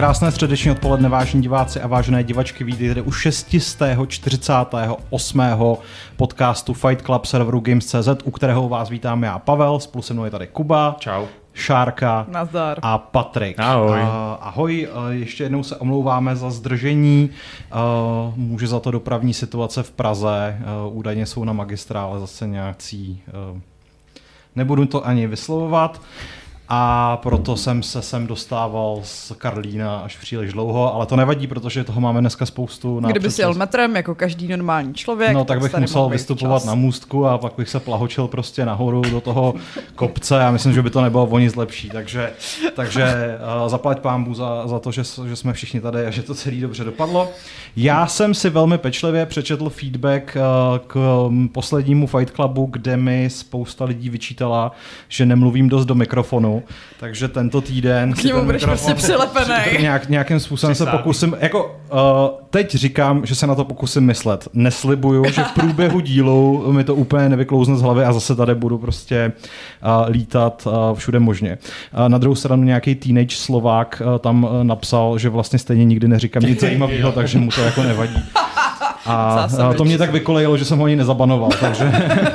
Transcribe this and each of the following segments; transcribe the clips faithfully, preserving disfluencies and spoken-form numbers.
Krásné středeční odpoledne, vážení diváci a vážené divačky, vítejte u šestistého čtyřicátého osmého podcastu Fight Club serveru Games tečka cé zet, u kterého vás vítám já, Pavel, spolu se mnou je tady Kuba. Čau. Šárka. Nazdar. A Patrik. Ahoj. Uh, ahoj, uh, ještě jednou se omlouváme za zdržení. Uh, může za to dopravní situace v Praze. Uh, údajně jsou na magistrále zase nějací... Uh, nebudu to ani vyslovovat. A proto jsem se sem dostával z Karlína až příliš dlouho, ale to nevadí, protože toho máme dneska spoustu. Na Kdyby si jel metrem, jako každý normální člověk, no tak bych musel vystupovat čas na můstku a pak bych se plahočil prostě nahoru do toho kopce. Já myslím, že by to nebylo o nic lepší, takže, takže uh, zaplať pánbůh za, za to, že, že jsme všichni tady a že to celý dobře dopadlo. Já jsem si velmi pečlivě přečetl feedback uh, k um, poslednímu Fight Clubu, kde mi spousta lidí vyčítala, že nemluvím dost do mikrofonu. Takže tento týden k němu budeš prostě přilepenej. Nějak, nějakým způsobem se pokusím, jako uh, teď říkám, že se na to pokusím myslet. Neslibuju, že v průběhu dílu mi to úplně nevyklouzne z hlavy a zase tady budu prostě uh, lítat uh, všude možně. Uh, na druhou stranu nějaký teenage Slovák uh, tam uh, napsal, že vlastně stejně nikdy neříkám nic zajímavého, takže mu to jako nevadí. A uh, to mě tak vykolejilo, že jsem ho ani nezabanoval, takže...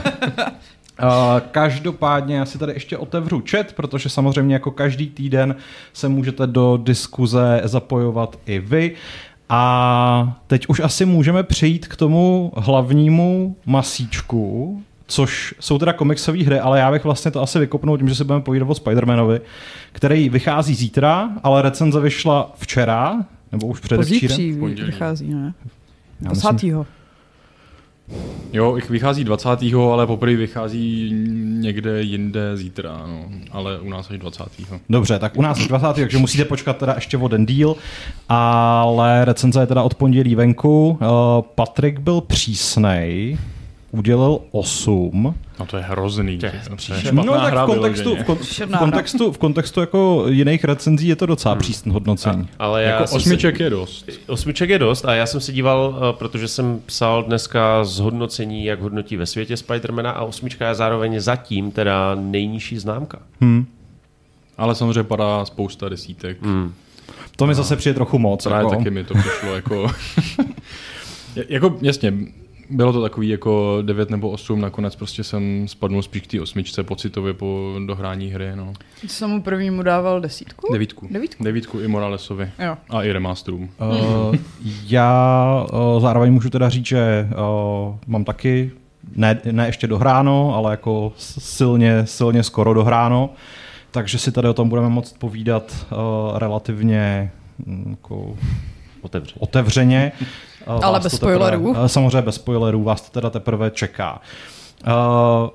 Uh, každopádně já si tady ještě otevřu chat, protože samozřejmě jako každý týden se můžete do diskuze zapojovat i vy. A teď už asi můžeme přejít k tomu hlavnímu masíčku, což jsou teda komiksové hry, ale já bych vlastně to asi vykopnul tím, že si budeme povídat o Spider-Manovi, který vychází zítra, ale recenze vyšla včera, nebo už předevčírem. Pozítří vychází, ne? dvacátého Jo, ich vychází dvacátého ale poprvé vychází někde jinde zítra, no. Ale u nás až dvacátého Dobře, tak u nás až dvacátého takže musíte počkat teda ještě o den díl, ale recenze je teda od pondělí venku. Uh, Patrik byl přísnej, udělil osm. No to je hrozný. Tě, no tak v kontextu, v, kon, v, kontextu, v kontextu jako jiných recenzí je to docela hmm. přísné hodnocení. A, ale já jako osmiček se, je dost. Osmiček je dost a já jsem se díval, protože jsem psal dneska zhodnocení, jak hodnotí ve světě Spidermana a osmička je zároveň zatím teda nejnižší známka. Hmm. Ale samozřejmě padá spousta desítek. Hmm. To mi zase přijde trochu moc. Právě jako. Taky mi to přišlo jako... jako jasně... Bylo to takový jako devět nebo osm, nakonec prostě jsem spadnul spíš k té osmičce pocitově po dohrání hry. No. Jsem mu prvnímu dával desítku? Devítku. Devítku, Devítku i Moralesovi. Jo. A i remasterům. Uh, já uh, zároveň můžu teda říct, že uh, mám taky, ne, ne ještě dohráno, ale jako silně, silně skoro dohráno, takže si tady o tom budeme moct povídat uh, relativně jako otevřeně. otevřeně. Ale bez spoilerů. Teprve, samozřejmě bez spoilerů, vás to teda teprve čeká. Uh,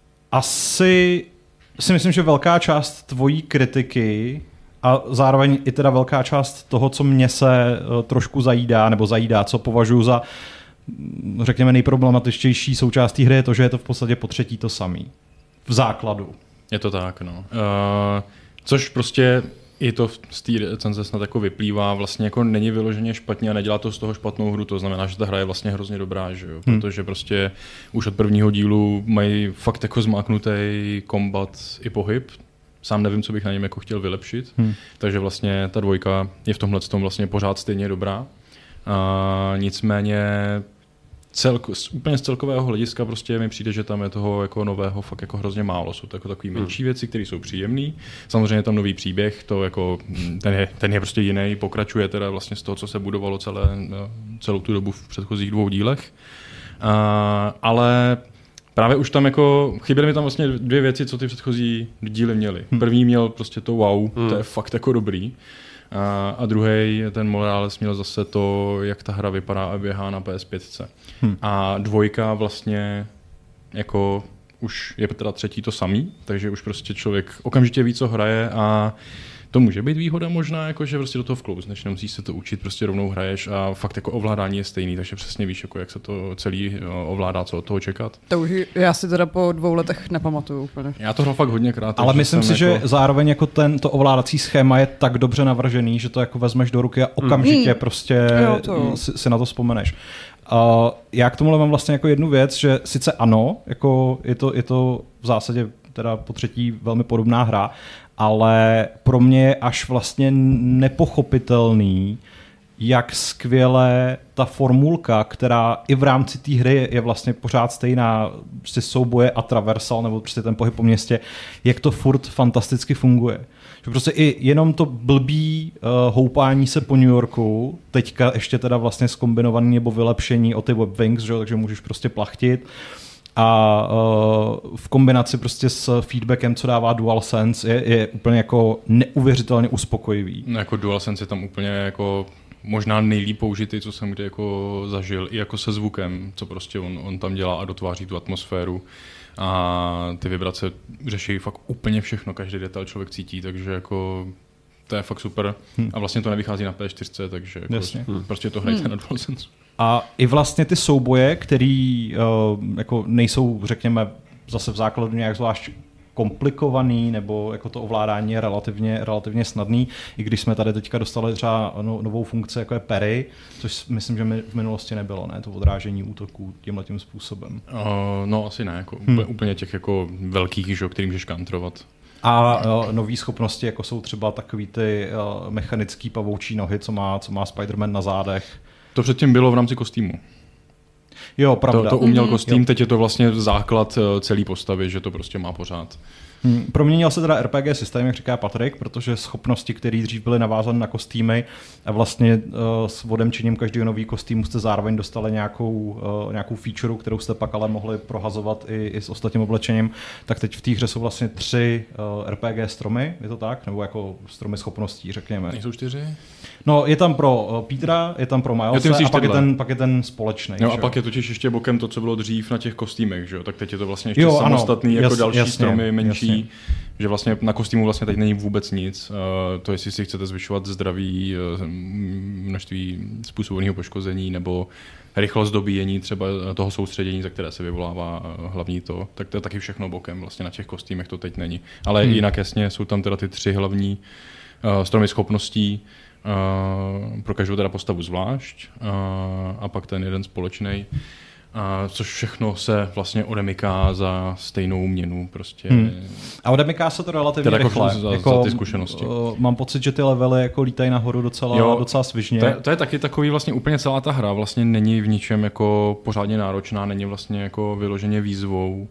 asi si myslím, že velká část tvojí kritiky a zároveň i teda velká část toho, co mě se uh, trošku zajídá, nebo zajídá, co považuji za, řekněme, nejproblematičtější součást té hry, je to, že je to v podstatě po třetí to samý. V základu. Je to tak, no. Uh, což prostě... I to z té recenze snad jako vyplývá, vlastně jako není vyloženě špatně a nedělá to z toho špatnou hru, to znamená, že ta hra je vlastně hrozně dobrá, že jo? Hmm. Protože prostě už od prvního dílu mají fakt jako zmáknutý kombat i pohyb. Sám nevím, co bych na něm jako chtěl vylepšit, hmm. takže vlastně ta dvojka je v tomhle tom vlastně pořád stejně dobrá. A nicméně Celko, úplně z celkového hlediska prostě mi přijde, že tam je toho jako nového fakt jako hrozně málo. Jsou to jako takové menší věci, které jsou příjemné. Samozřejmě je tam nový příběh, to jako, ten, je, ten je prostě jiný, pokračuje teda vlastně z toho, co se budovalo celé, celou tu dobu v předchozích dvou dílech. A, ale právě už tam jako, chyběly mi tam vlastně dvě věci, co ty předchozí díly měly. První měl prostě to wow, hmm. to je fakt jako dobrý. A, a druhý, ten Morales měl zase to, jak ta hra vypadá a běhá na P S pět. Hmm. A dvojka vlastně jako už je teda třetí to samý, takže už prostě člověk okamžitě ví, co hraje a to může být výhoda možná, jako že prostě do toho vklouzneš, nemusíš se to učit, prostě rovnou hraješ a fakt jako ovládání je stejný, takže přesně víš, jako jak se to celý ovládá, co od toho čekat. To už já si teda po dvou letech nepamatuju úplně. Já to hrál fakt hodněkrát. Ale myslím si, jako... že zároveň jako ten, to ovládací schéma je tak dobře navržený, že to jako vezmeš do ruky a okamžitě mm. prostě jo, to... si, si na to vzpomeneš. Uh, já k tomuhle mám vlastně jako jednu věc, že sice ano, jako je to, je to v zásadě teda po třetí velmi podobná hra, ale pro mě je až vlastně nepochopitelný, jak skvěle ta formulka, která i v rámci té hry je vlastně pořád stejná, prostě souboje a traversal, nebo prostě ten pohyb po městě, jak to furt fantasticky funguje. Že prostě i jenom to blbý uh, houpání se po New Yorku, teďka ještě teda vlastně zkombinovaný nebo vylepšení o ty webwings, že? Takže můžeš prostě plachtit. A uh, v kombinaci prostě s feedbackem, co dává DualSense, je, je úplně jako neuvěřitelně uspokojivý. No, jako DualSense je tam úplně jako možná nejlíp použitý, co jsem kdy jako zažil, i jako se zvukem, co prostě on, on tam dělá a dotváří tu atmosféru. A ty vibrace řeší fakt úplně všechno, každý detail člověk cítí, takže jako to je fakt super. Hmm. A vlastně to nevychází na P čtyři, takže jako hmm. prostě to hrajte hmm. na DualSense. A i vlastně ty souboje, který uh, jako nejsou, řekněme, zase v základu nějak zvlášť komplikovaný, nebo jako to ovládání je relativně, relativně snadný, i když jsme tady teďka dostali třeba no, novou funkci, jako je parry, což myslím, že mi v minulosti nebylo, ne? To odrážení útoků tímhletím způsobem. Uh, no asi ne, jako hmm. úplně těch jako velkých, že, který můžeš counterovat. A uh, nové schopnosti, jako jsou třeba takový ty uh, mechanický pavoučí nohy, co má, co má Spider-Man na zádech. To předtím bylo v rámci kostýmu. Jo, pravda. To, to uměl kostým, mm, teď je to vlastně základ celé postavy, že to prostě má pořád. Hmm. Proměnil se teda R P G systém, jak říká Patrik, protože schopnosti, které dřív byly navázané na kostýmy a vlastně uh, s odemčením každého nového kostýmu jste zároveň dostali nějakou, uh, nějakou feature, kterou jste pak ale mohli prohazovat i, i s ostatním oblečením, tak teď v té hře jsou vlastně tři uh, R P G stromy, je to tak? Nebo jako stromy schopností, řekněme. Nejsou čtyři? No, je tam pro uh, Petra, je tam pro Milese a pak je, ten, pak je ten společný. Jo, a pak je totiž ještě bokem to, co bylo dřív na těch kostýmech, že jo? Tak teď je to vlastně ještě jo, samostatný, ano, jako jas, další jasně, stromy, menší. Jasně. Že vlastně na kostýmu vlastně teď není vůbec nic. Uh, to jestli si chcete zvyšovat zdraví, uh, množství způsobeného poškození nebo rychlost dobíjení třeba toho soustředění, za které se vyvolává uh, hlavní to, tak to je taky všechno bokem. Vlastně na těch kostýmech to teď není. Ale hmm. jinak jasně jsou tam teda ty tři hlavní uh, stromy schopností, uh, pro každou teda postavu zvlášť uh, a pak ten jeden společný. A což všechno se vlastně odemyká za stejnou měnu. Prostě. Hmm. A odemyká se to relativně teda rychle. Za, jako, za ty zkušenosti. Uh, mám pocit, že ty levely jako lítají nahoru docela, jo, docela svižně. To je, to je taky takový vlastně úplně celá ta hra. Vlastně není v ničem jako pořádně náročná, není vlastně jako vyloženě výzvou.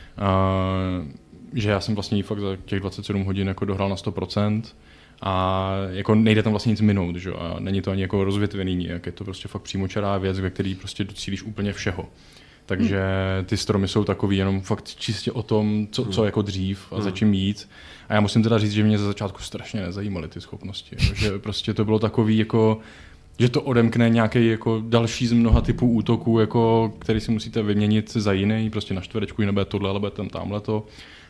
Uh, že já jsem vlastně fakt za těch dvacet sedm hodin jako dohrál na sto procent. A jako nejde tam vlastně nic minout, že? A není to ani jako rozvětvený nějak, je to prostě fakt přímočará věc, ve který prostě docílíš úplně všeho. Takže ty stromy jsou takový jenom fakt čistě o tom, co, co jako dřív a za čím jít. A já musím teda říct, že mě ze začátku strašně nezajímaly ty schopnosti. Že prostě to bylo takový jako, že to odemkne nějaký jako další z mnoha typů útoků, jako, který si musíte vyměnit za jiný, prostě na čtverečku, nebude tohle, ale bude tam tamhleto.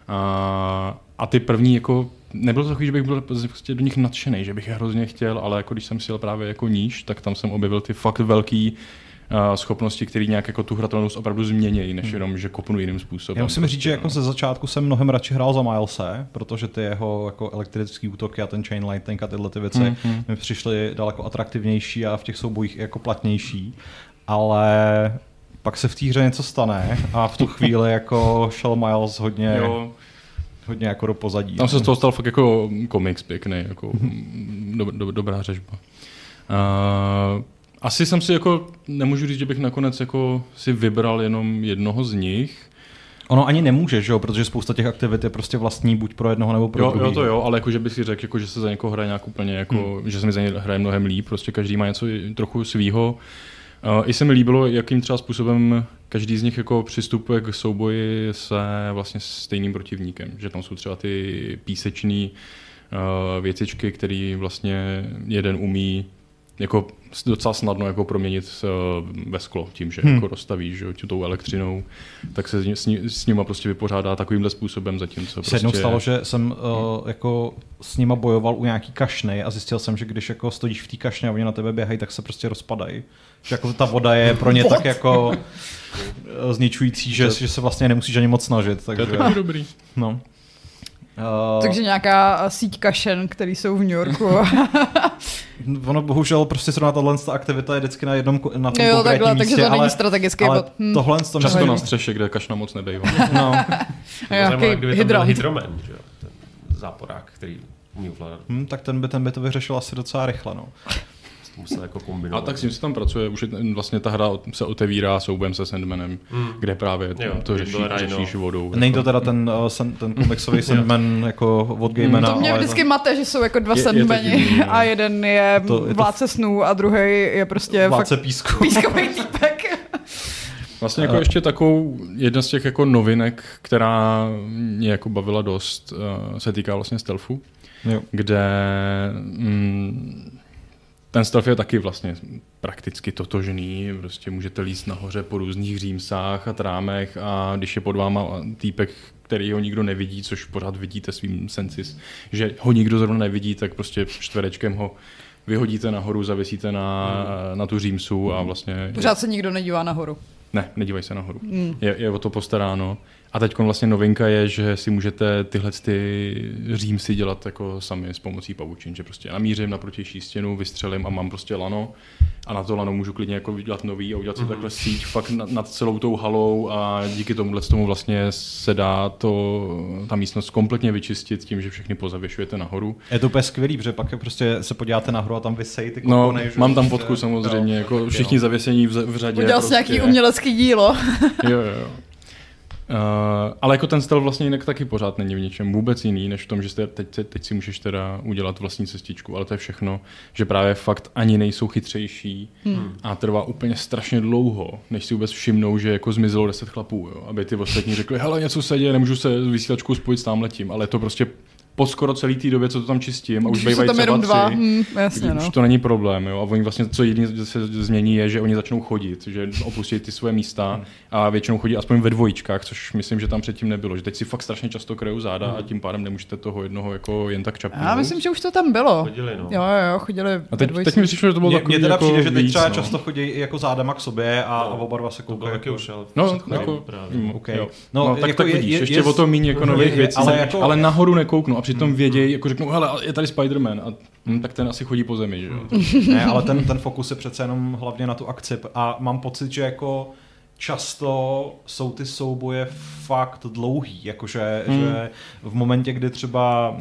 A, a ty první jako nebylo to takový, že bych byl prostě do nich nadšený, že bych je hrozně chtěl, ale jako když jsem si jel právě jako níž, tak tam jsem objevil ty fakt velký uh, schopnosti, které nějak jako tu hratelnost opravdu změnějí, než jenom, že kopnu jiným způsobem. Já musím prostě, říct, že jako ze začátku jsem mnohem radši hrál za Milese, protože ty jeho jako elektrický útoky a ten chain lightning a tyhle ty věci mm-hmm. mi přišly daleko atraktivnější a v těch soubojích jako platnější, ale pak se v té hře něco stane a v tu chvíli jako šel Miles hodně... Jo. hodně jako do pozadí. Tam se z toho stal fakt jako komiks pěkný, jako do, do, dobrá řežba. Uh, asi jsem si jako, nemůžu říct, že bych nakonec jako si vybral jenom jednoho z nich. Ono ani nemůže, že jo, protože spousta těch aktivit je prostě vlastní buď pro jednoho nebo pro jo, druhý. Jo, to jo, ale jako, že bych si řekl, jako, že se za někoho hraje nějak úplně, jako, hmm. že se mi za ně hraje mnohem líp, prostě každý má něco trochu svýho. Uh, I se mi líbilo, jakým třeba způsobem každý z nich jako přistupuje k souboji se vlastně stejným protivníkem. Že tam jsou třeba ty písečný uh, věcičky, který vlastně jeden umí jako docela snadno jako proměnit uh, ve sklo tím, že hmm. jako rozstavíš, že, tou elektřinou, tak se s, ní, s nima prostě vypořádá takovýmhle způsobem zatímco. Prostě... Se jednou stalo, že jsem uh, jako s nima bojoval u nějaký kašny a zjistil jsem, že když jako stojíš v té kašně a oni na tebe běhají, tak se prostě rozpadají. Že jako ta voda je pro ně tak jako zničující, že, že se vlastně nemusíš ani moc snažit. Takže... To je takový dobrý. No. Uh... Takže nějaká síť kašen, který jsou v New Yorku. Ono bohužel prostě zrovna tahle aktivita je vždycky na jednom na tom jo, konkrétním takhle, místě, takže to ale, není strategický ale bod. Hm. tohle to často myslím... na střeše, kde kašna moc nebejvá. No. Zajímavé, kdyby tam byl hydroman, že jo? záporák, který umí ovládat. Hmm, tak ten by, ten by to vyřešil asi docela rychle, no. Musel jako kombinovat. A tak s tím se tam pracuje, už je, vlastně ta hra se otevírá soubojem se Sandmanem, mm. kde právě jo, to řeší, řešíš vodou. Není to teda ten, ten komiksový Sandman jako od Gaimana. To mě vždycky to... mate, že jsou jako dva Sandmani a jeden je, to, je vládce to... snů a druhý je prostě vládce písku. Pískový týpek. Vlastně jako ještě takovou, jedna z těch jako novinek, která mě jako bavila dost, se týká vlastně stealthu, jo. kde... Mm, ten stealth je taky vlastně prakticky totožný, prostě můžete líst nahoře po různých římsách a trámech a když je pod váma týpek, který ho nikdo nevidí, což pořád vidíte svým sensis, že ho nikdo zrovna nevidí, tak prostě čtverečkem ho vyhodíte nahoru, zavěsíte na, mm. na tu římsu a vlastně... Pořád se nikdo nedívá nahoru. Ne, nedívají se nahoru. Mm. Je, je o to postaráno. A teď vlastně novinka je, že si můžete tyhle ty římsy dělat jako sami s pomocí pavučin, že prostě namířím na protější stěnu, vystřelím a mám prostě lano a na to lano můžu klidně jako udělat nový a udělat si mm. takhle síť fakt nad celou tou halou a díky tomuhle tomu vlastně se dá to, ta místnost kompletně vyčistit tím, že všechny pozavěšujete nahoru. Je to úplně skvělý, protože pak prostě se podíváte nahoru a tam vysejí ty kokony. No, mám tam fotku samozřejmě, jo, jako všichni zavěsení v, v řadě. Udělal prostě. jsi nějaký umělecký dílo. jo, jo. Uh, ale jako ten styl vlastně jinak taky pořád není v něčem vůbec jiný, než v tom, že jste, teď, teď si můžeš teda udělat vlastní cestičku, ale to je všechno, že právě fakt ani nejsou chytřejší hmm. a trvá úplně strašně dlouho, než si vůbec všimnou, že jako zmizelo deset chlapů, jo, aby ty ostatní řekli, hele, něco se děje, nemůžu se s vysílačkou spojit s tamhletím, ale je to prostě po skoro celý té době, co to tam čistím, a už bývají třeba dva. tři, hmm, jasně, už no. to není problém. Jo? A oni vlastně, co jediné se změní, je, že oni začnou chodit, že opustí ty svoje místa hmm. a většinou chodí aspoň ve dvojičkách, což myslím, že tam předtím nebylo. Že teď si fakt strašně často kryjou záda hmm. a tím pádem nemůžete toho jednoho jako jen tak čapnout. Já myslím, že už to tam bylo. Chodili, no. Jo, jo, chodili. A teď, teď mi přišlo, že to bylo takový. Mně teda jako přijde, že teď víc, třeba no. často chodí i jako zádama k sobě a, no, a oba dva se koukají. Jako už, ale no, jako, právě. Okay. No, no, no, tak jako tak je, vidíš, je, ještě je, o to míň jako nových věcí, ale, jako, ale nahoru nekouknu a přitom vědějí, jako řeknou, hele, je tady Spider-Man a hm, tak ten asi chodí po zemi, že jo. Ne, ale ten, ten fokus je přece jenom hlavně na tu akci a mám pocit, že jako často jsou ty souboje fakt dlouhý, jakože hmm. že v momentě, kdy třeba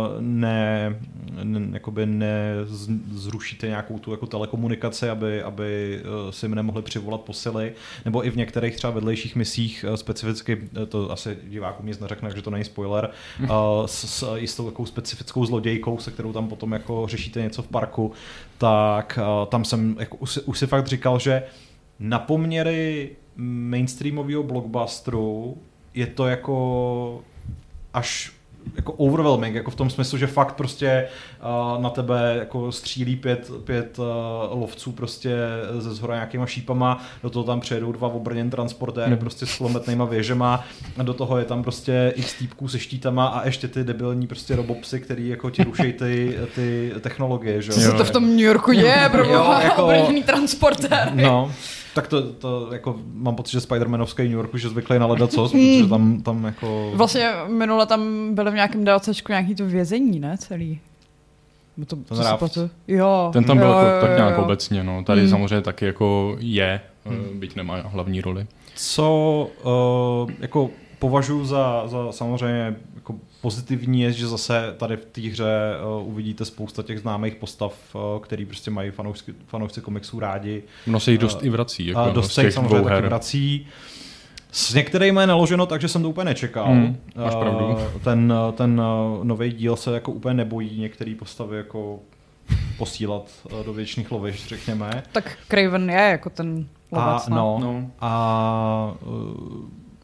ne, ne, jakoby nezrušíte nějakou tu jako telekomunikaci, aby, aby si mi nemohli přivolat posily, nebo i v některých třeba vedlejších misích specificky, to asi divákům nic neřekne, že to není spoiler, hmm. s, s jistou takovou specifickou zlodějkou, se kterou tam potom jako řešíte něco v parku, tak tam jsem jako už, už si fakt říkal, že na poměry mainstreamového blockbusteru je to jako až jako overwhelming, jako v tom smyslu, že fakt prostě uh, na tebe jako střílí pět, pět uh, lovců prostě ze zhora nějakýma šípama, do toho tam přijedou dva obrněn transportéry hmm. prostě s kulometnýma věžema a do toho je tam prostě x týpků se štítama a ještě ty debilní prostě robopsy, který jako ti rušejí ty, ty technologie, že jo. Co to v tom New Yorku je, proboha, jako obrněný transportéry. No. Tak to, to jako mám pocit, že Spider-Manovský New Yorku, že zvyklý na ledacos, protože tam, tam jako... Vlastně minule tam byly v nějakém DLCčku nějaký to vězení, ne, celý? To, ten Raft. Jo. Ten tam byl jo, jako, jo, tak nějak jo. obecně, no. Tady hmm. samozřejmě taky jako je, hmm. byť nemá hlavní roli. Co uh, jako považuji za, za samozřejmě jako pozitivní je, že zase tady v té hře uh, uvidíte spousta těch známých postav, uh, který prostě mají fanoušci, fanoušci komiksů rádi. No se jich dost uh, i vrací. Jako, uh, dost se jich samozřejmě taky vrací. S některými je naloženo tak, že jsem to úplně nečekal. Hmm, máš pravdu. Uh, ten ten uh, nový díl se jako úplně nebojí některé postavy jako posílat uh, do věčných lovišť, řekněme. Tak Kraven je jako ten lovec. A, no, no. a uh,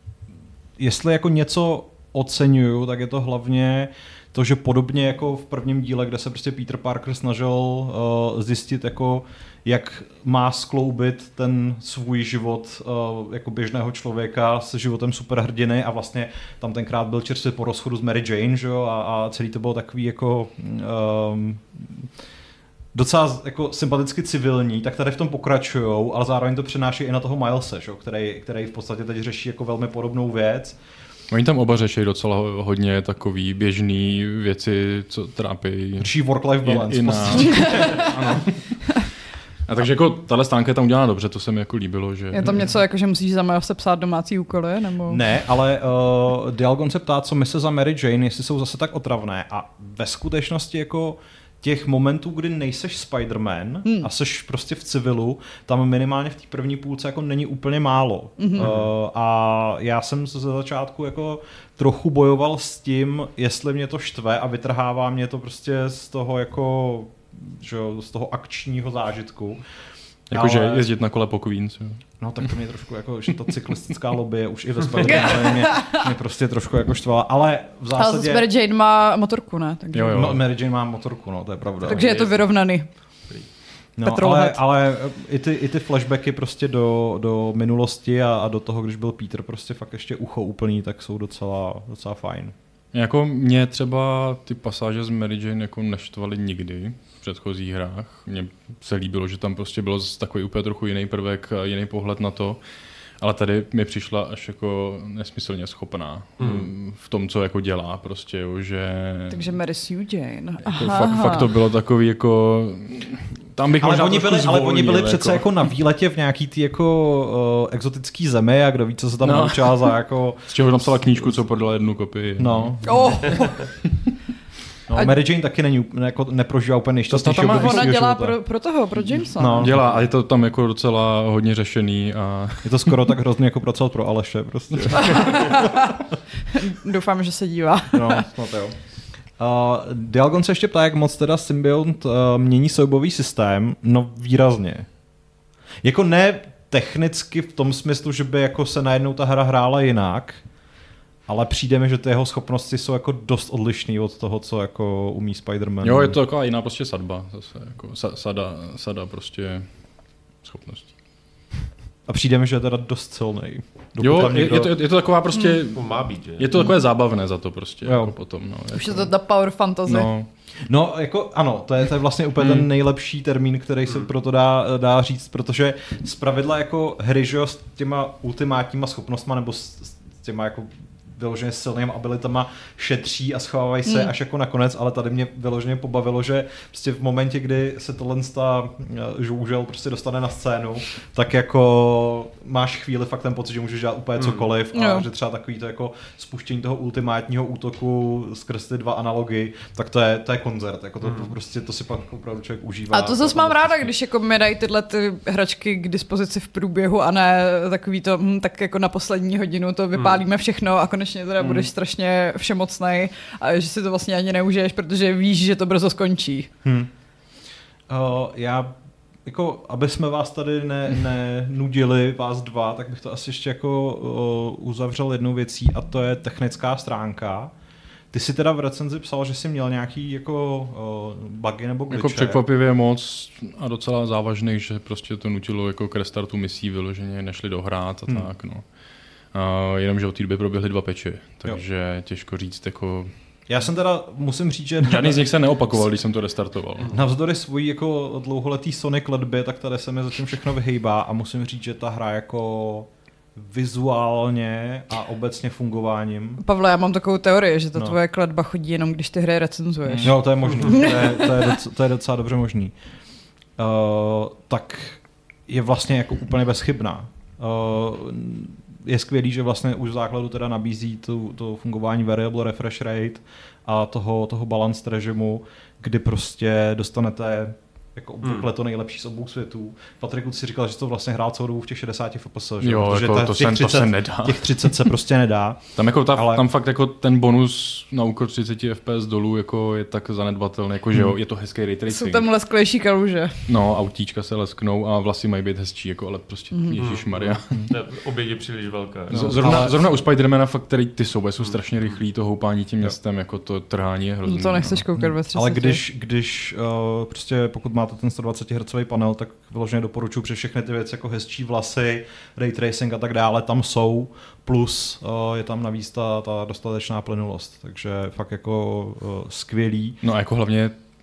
jestli jako něco oceňuju, tak je to hlavně to, že podobně jako v prvním díle, kde se prostě Peter Parker snažil uh, zjistit, jako, jak má skloubit ten svůj život uh, jako běžného člověka s životem superhrdiny a vlastně tam tenkrát byl čerstvě po rozchodu s Mary Jane, že jo, a, a celý to bylo takový jako um, docela jako sympaticky civilní, tak tady v tom pokračujou, ale zároveň to přenáší i na toho Milese, že? Který, který v podstatě teď řeší jako velmi podobnou věc. Oni tam oba řeší docela hodně takový běžný věci, co trápí. Řeší work-life balance. I, i na... ano. A takže jako tahle stránka je tam udělána dobře, to se mi jako líbilo, že... Je tam něco jako, že musíš za Miles psát domácí úkoly, nebo... Ne, ale uh, Dialgon se ptá, co mise za Mary Jane, jestli jsou zase tak otravné a ve skutečnosti jako těch momentů, kdy nejseš Spider-Man hmm. a seš prostě v civilu, tam minimálně v té první půlce jako není úplně málo. Mm-hmm. Uh, a já jsem ze začátku jako trochu bojoval s tím, jestli mě to štve a vytrhává mě to prostě z toho jako, že jo, z toho akčního zážitku. Jakože ale... jezdit na kole po Queens. Jo. No tak to mě trošku jako, že ta cyklistická lobby je už i ve Spider-Manu mě, mě prostě trošku jako štvala, ale v zásadě... Ale Mary Jane má motorku, ne? Takže... Jo, jo. No, Mary Jane má motorku, no, to je pravda. Takže je to vyrovnaný. No, ale, ale i, ty, i ty flashbacky prostě do, do minulosti a, a do toho, když byl Peter prostě fakt ještě ucho úplný, tak jsou docela, docela fajn. Jako mě třeba ty pasáže z Mary Jane jako neštvaly nikdy v předchozích hrách. Mně se líbilo, že tam prostě bylo takový úplně trochu jiný prvek, jiný pohled na to. Ale tady mi přišla až jako nesmyslně schopná hmm. v tom, co jako dělá prostě, jo, že... Takže Mary Sue Jane. Jako fakt, fakt to bylo takový jako... Tam bych ale, oni byli, zvolnil, ale oni byli jako... přece jako na výletě v nějaký ty jako uh, exotický zemi a kdo ví, co se tam no. naučila za jako... Z čeho napsala knížku, co prodala jednu kopii. No. Oh. No, a Mary Jane taky není, jako neprožívá úplně nejšťastnější období. Ona dělá pro, pro toho, pro Jamesa. No. Dělá a je to tam jako docela hodně řešený. A... Je to skoro tak hrozný jako pracovat pro Aleše prostě. Doufám, že se dívá. No, no to jo. Uh, Dialgon se ještě ptá, jak moc teda Symbiont uh, mění soubový systém. No výrazně. Jako ne technicky v tom smyslu, že by jako se najednou ta hra hrála jinak, ale přijde mi, že ty jeho schopnosti jsou jako dost odlišný od toho, co jako umí Spider-Man. Jo, je to taková jiná prostě sadba. Zase, jako sada, sada prostě schopností. A přijde mi, že je teda dost silný. Jo, někdo... je, to, je to taková prostě... Hmm. Má být, že? Je to takové zábavné za to prostě. Jako potom, no, už jako... je to ta power fantasy. No. No, jako ano, to je, to je vlastně úplně hmm. ten nejlepší termín, který se hmm. pro to dá, dá říct, protože zpravidla jako hry, že jo, s těma ultimátníma schopnostma nebo s, s těma jako vyloženě silným abilitama šetří a schovávají se hmm. až jako nakonec, ale tady mě vyloženě pobavilo, že prostě v momentě, kdy se tohle ta žoužel prostě dostane na scénu, tak jako máš chvíli fakt ten pocit, že můžeš dělat úplně cokoliv hmm. a no. že třeba takový to jako spuštění toho ultimátního útoku skrz ty dva analogy, tak to je, to je koncert, jako to hmm. prostě to si pak opravdu člověk užívá. A to zase mám ráda, když jako mi dají tyhle ty hračky k dispozici v průběhu a ne takový to, hm, tak jako na poslední hodinu to vypálíme všechno a konečně teda hmm. budeš strašně všemocnej a že si to vlastně ani neužiješ, protože víš, že to brzo skončí. Hmm. Uh, já, jako, aby jsme vás tady nenudili, ne vás dva, tak bych to asi ještě jako uh, uzavřel jednou věcí a to je technická stránka. Ty jsi teda v recenzi psal, že jsi měl nějaký jako uh, bugy nebo glitche. Jako překvapivě moc a docela závažný, že prostě to nutilo jako k restartu misí vyloženě, nešli dohrát a hmm. tak, no. Uh, jenom, že od té doby proběhly dva peče, takže jo. těžko říct jako... Já jsem teda, musím říct, že... Žádný z nich se neopakoval, když jsem to restartoval. Navzdory svojí jako dlouholetý Sonic letbě, tak tady se mi zatím všechno vyhejbá a musím říct, že ta hra jako vizuálně a obecně fungováním. Pavle, já mám takovou teorii, že ta no. tvoje kletba chodí jenom, když ty hry recenzuješ. Jo, to je možný. to, je, to, je docela, to je docela dobře možný. Uh, tak je vlastně jako úplně bezchybná. Uh, je skvělý, že vlastně už v základu teda nabízí tu, to fungování variable refresh rate a toho, toho balance režimu, kdy prostě dostanete jako obvykle to nejlepší z obou světů. Patriku, si říkal, že to vlastně hrál celou dobu v těch šedesáti F P S, že? Jo, jako ta, to, sem, třicet, to se nedá. Těch třicet se prostě nedá. Tam, jako ta, ale... tam fakt jako ten bonus na úkor třicet F P S dolů jako je tak zanedbatelný, jako hmm. že jo, je to hezký ray tracing. Jsou tam lesklejší kaluže. No, autíčka se lesknou a vlasy mají být hezčí, jako, ale prostě hmm. ježišmarja. Oběť je příliš velká. No, zrovna, ale... zrovna u Spidermana fakt, který ty souboje jsou strašně rychlý, to houpání tím městem, jako to trhání je hrozný. No to nechceš koukat ve třiceti. Ale když, když uh, prostě pokud máte ten sto dvacet hertzový panel, tak vyloženě doporučuji, protože všechny ty věci jako hezčí vlasy, ray tracing a tak dále tam jsou, plus uh, je tam navíc ta, ta dostatečná plynulost, takže fakt jako uh, skvělý. No a jako hlavně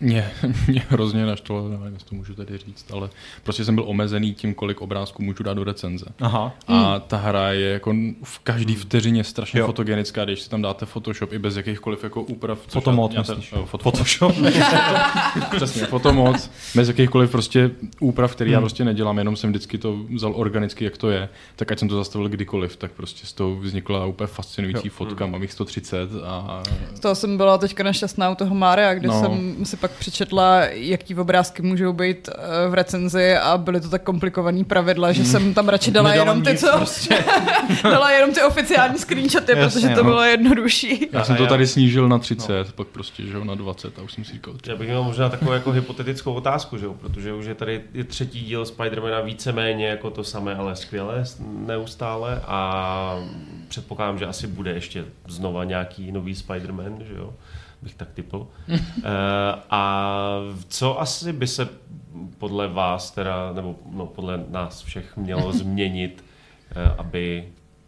Mě, mě hrozně naštvalo, nevím, jestli to můžu tady říct, ale prostě jsem byl omezený tím, kolik obrázků můžu dát do recenze. Aha. A ta hra je jako v každý vteřině strašně Jo. fotogenická, když si tam dáte Photoshop i bez jakýchkoliv jako úprav. což Fotomod, já- já ten- myslíš? jo, fot- Photoshop. Přesně, fotomod. Bez jakýchkoliv prostě úprav, který já prostě nedělám, jenom jsem vždycky to vzal organicky, jak to je. Tak ať jsem to zastavil kdykoliv, tak prostě z toho vznikla úplně fascinující fotka, mám jich sto třicet a Z toho jsem byla teďka nešťastná u toho Mária, kde No. jsem si pak přečetla, jaký obrázky můžou být eh, v recenzi a byly to tak komplikovaný pravidla, že jsem tam radši dala Nedala jenom ty, nic co... prostě. dala jenom ty oficiální screenshoty, Jasně, protože to no. bylo jednodušší. já A jsem to já- tady snížil na třicet, pak prostě, že jo, na dvacet a už jsem si říkal, Já bych měl možná takovou jako hypotetickou otázku, že jo? Protože už je tady je třetí díl Spidermana víceméně jako to samé, ale skvělé neustále a předpokládám, že asi bude ještě znova nějaký nový Spiderman, že jo? Bych tak typl. e, a co asi by se podle vás teda, nebo no, podle nás všech mělo změnit, e, aby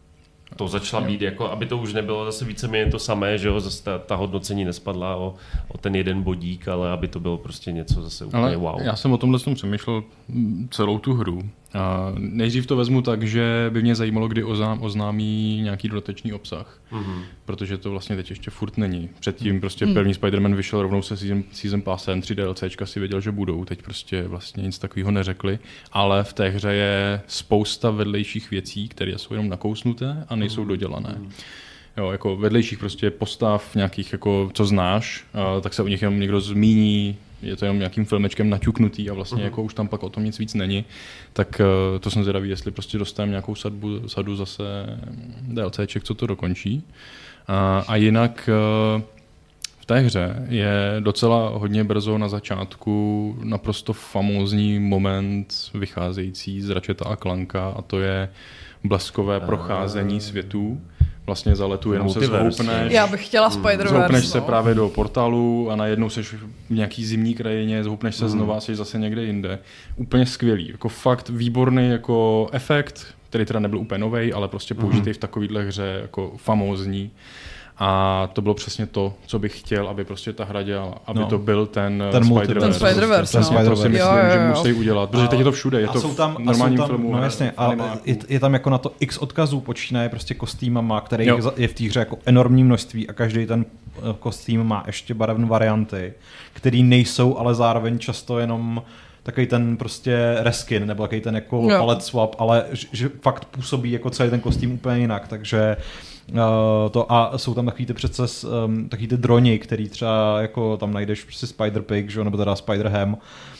to začala být, jako, aby to už nebylo zase víceméně to samé, že jo, zase ta, ta hodnocení nespadla o, o ten jeden bodík, ale aby to bylo prostě něco zase úplně ale wow. já jsem o tomhle tom přemýšlel mm, celou tu hru. A nejdřív to vezmu tak, že by mě zajímalo, kdy oznám, oznámí nějaký dodatečný obsah. Mm-hmm. Protože to vlastně teď ještě furt není. Předtím prostě první Spider-Man vyšel rovnou se season, season passem, tři DLCčka si věděl, že budou. Teď prostě vlastně nic takového neřekli. Ale v té hře je spousta vedlejších věcí, které jsou jenom nakousnuté a nejsou dodělané. Jo, jako vedlejších prostě postav nějakých, jako, co znáš, a tak se o nich jenom někdo zmíní, je to jenom nějakým filmečkem naťuknutý a vlastně uh-huh. jako už tam pak o tom nic víc není, tak uh, to jsem zvědavý, jestli prostě dostaneme nějakou sadbu, sadu zase DLCček, co to dokončí. A, a jinak uh, v té hře je docela hodně brzo na začátku naprosto famózní moment vycházející z Ratcheta a Clanka a to je bleskové procházení světů. Vlastně za letu jenom se Multiverse. zhoupneš. Já bych chtěla Spider-Verse. Zhoupneš no. se právě do portálu a najednou seš v nějaký zimní krajině, zhoupneš se znova a jsi zase někde jinde. Úplně skvělý. Jako fakt výborný jako efekt, který teda nebyl úplně novej, ale prostě použitý v takovýhle hře jako famózní. A to bylo přesně to, co bych chtěl, aby prostě ta hra dělala. Aby No. to byl ten, Ten Spider-Verse. Ten Spider-Verse, Přesně, no. to si myslím, Jo, jo, že jo. musí udělat. Protože teď je to všude, je A to jsou tam, v a jsou normálním tam, filmu. no jasně, v a animáku. je, je tam jako na to x odkazů, počínaje prostě kostýmama, který Jo. je v té hře jako enormní množství a každý ten eh, kostým má ještě barevné varianty, které nejsou, ale zároveň často jenom takový ten prostě reskin, nebo takový ten jako Jo. palette swap, ale že, že fakt působí jako celý ten kostým úplně jinak, takže uh, to a jsou tam takový ty přece um, takový ty droni, který třeba jako tam najdeš prostě Spider-Pig, že, jo, nebo teda Spider-Ham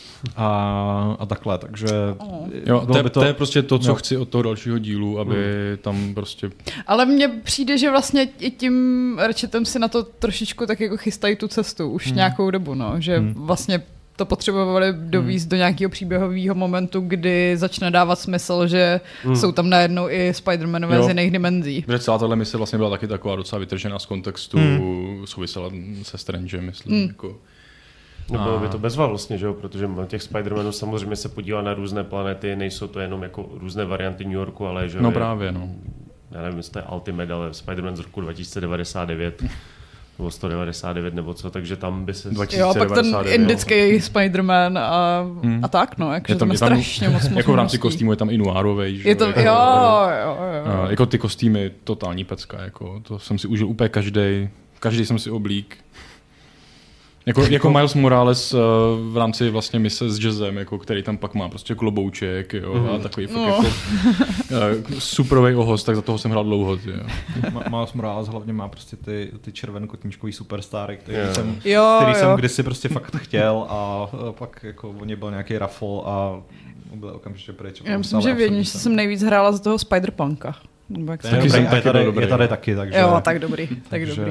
a, a takhle, takže Jo, to, bylo je, by to je prostě to, co jo. chci od toho dalšího dílu, aby hmm. tam prostě... Ale mně přijde, že vlastně i tím Ratchetem si na to trošičku tak jako chystají tu cestu už Hmm. nějakou dobu, no, že Hmm. vlastně to potřebovali dovízt hmm. do nějakého příběhového momentu, kdy začne dávat smysl, že hmm. jsou tam najednou i Spider-Manové Jo. z jiných dimenzí. Protože celá tahle mise vlastně byla taky taková docela vytržená z kontextu, hmm. souvisela se Strange, myslím. Hmm. Jako. No bylo A- by to bezva vlastně, že jo? Protože těch Spider-Manů samozřejmě se podívá na různé planety, nejsou to jenom jako různé varianty New Yorku, ale že No je, právě, no. Já nevím, jestli to je Ultimate, ale Spider-Man z roku dva tisíce devadesát devět nebo sto devadesát devět nebo co, takže tam by se... dva tisíce Jo, a pak ten devadesát devět. indický Spider-Man a, Hmm. a tak, no, jakože Je tam, tam je je tam, strašně moc jako v rámci možností. kostýmu je tam i noirovej, že Je to, jo, jako, jo, jo. a, jako ty kostýmy, totální pecka, jako, to jsem si užil úplně každý, každý jsem si oblík. Jako, jako Miles Morales uh, v rámci vlastně mise s jazzem, jako, který tam pak má prostě klobouček, jo, mm. a takový fakt No. jako uh, superovej ohoz, tak za toho jsem hrál dlouho. Ty, jo. Ma- Miles Morales hlavně má prostě ty, ty červenkotníčkový superstary, který Jo. jsem, Jo, který jsem jo. kdysi prostě fakt chtěl a, a pak jako o ně byl nějaký raffle a byl okamžitě pryč. Já myslím, že vědím, že jsem nejvíc hrála za toho Spider-Punka. Nebo jak se Taky to jsem, jmenuje. je, tady, dobrý, je tady jo. taky, takže... Jo, tak dobrý, tak takže, dobrý.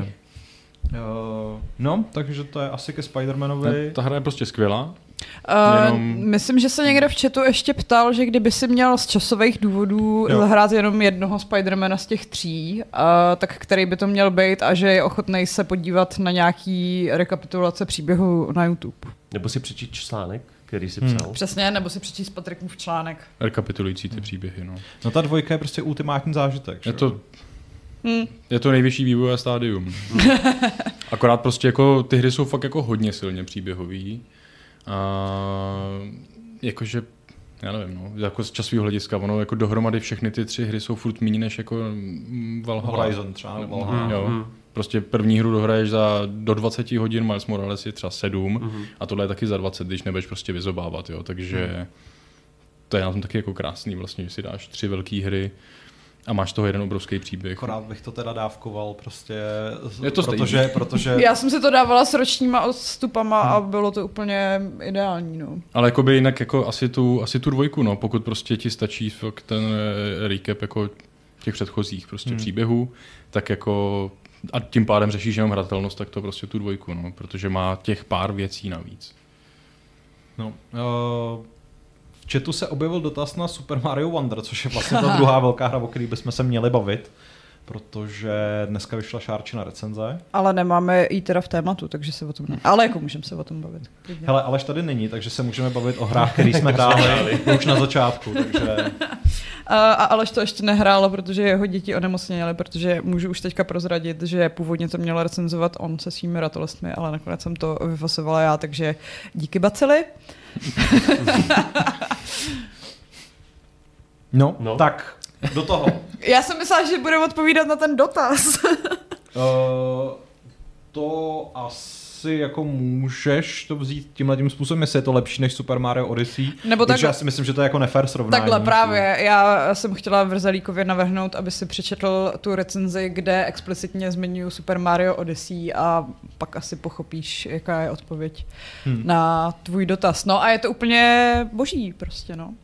Uh, no, takže to je asi ke Spider-Manovi. Ta hra je prostě skvělá. Uh, Jenom- Myslím, že se někde v chatu ještě ptal, že kdyby si měl z časových důvodů Jo. zahrát jenom jednoho Spidermana z těch tří, uh, tak který by to měl být a že je ochotnej se podívat na nějaký rekapitulace příběhu na YouTube. Nebo si přečíst článek, který si Hmm. psal. Přesně, nebo si přečíst Patrikův článek. Rekapitulující ty příběhy. No. No ta dvojka je prostě ultimátní zážitek. že Je jo? to Hmm. Je to nejvyšší vývojové stádium. Akorát prostě jako ty hry jsou fakt jako hodně silně příběhový. A jakože, já nevím, no, jako z časového hlediska, ono jako dohromady všechny ty tři hry jsou furt méně než jako Valhalla. Horizon třeba. No, Valhalla. jo. Mm-hmm. Prostě první hru dohraješ za do dvacet hodin, Miles Morales je třeba sedm mm-hmm. a tohle je taky za dvacet, když nebudeš prostě vyzobávat, jo, takže mm. to je na tom taky jako krásný vlastně, že si dáš tři velké hry a máš toho jeden obrovský příběh. Akorát bych to teda dávkoval prostě, je to protože, protože... Já jsem si to dávala s ročníma odstupama hmm. a bylo to úplně ideální, no. Ale jakoby jinak jako asi tu, asi tu dvojku, no, pokud prostě ti stačí fakt ten recap jako těch předchozích prostě hmm. příběhů, tak jako a tím pádem řešíš jenom hratelnost, tak to prostě tu dvojku, no, protože má těch pár věcí navíc. No, uh... v chatu se objevil dotaz na Super Mario Wonder, což je vlastně ta druhá velká hra, o který bychom se měli bavit, protože dneska vyšla Šárčina recenze. Ale nemáme jí teda v tématu, takže se o tom ne... Ale jako můžeme se o tom bavit. Hele, Aleš tady není, takže se můžeme bavit o hrách, které jsme hráli už na začátku, takže... A Aleš to ještě nehrálo, protože jeho děti onemocněly, protože můžu už teďka prozradit, že původně to měl recenzovat on se svými ratolestmi, ale nakonec jsem to vyfasovala já, takže díky bacily. No, no, tak do toho. Já jsem myslela, že budeme odpovídat na ten dotaz. uh, to asi jako můžeš to vzít tímhletím způsobem, jestli je to lepší než Super Mario Odyssey. Nebo tak... já si myslím, že to je jako nefér srovnání. Takhle právě. Já jsem chtěla Vrzalíkovi navrhnout, aby si přečetl tu recenzi, kde explicitně zmiňuji Super Mario Odyssey a pak asi pochopíš, jaká je odpověď hmm. na tvůj dotaz. No a je to úplně boží prostě, no.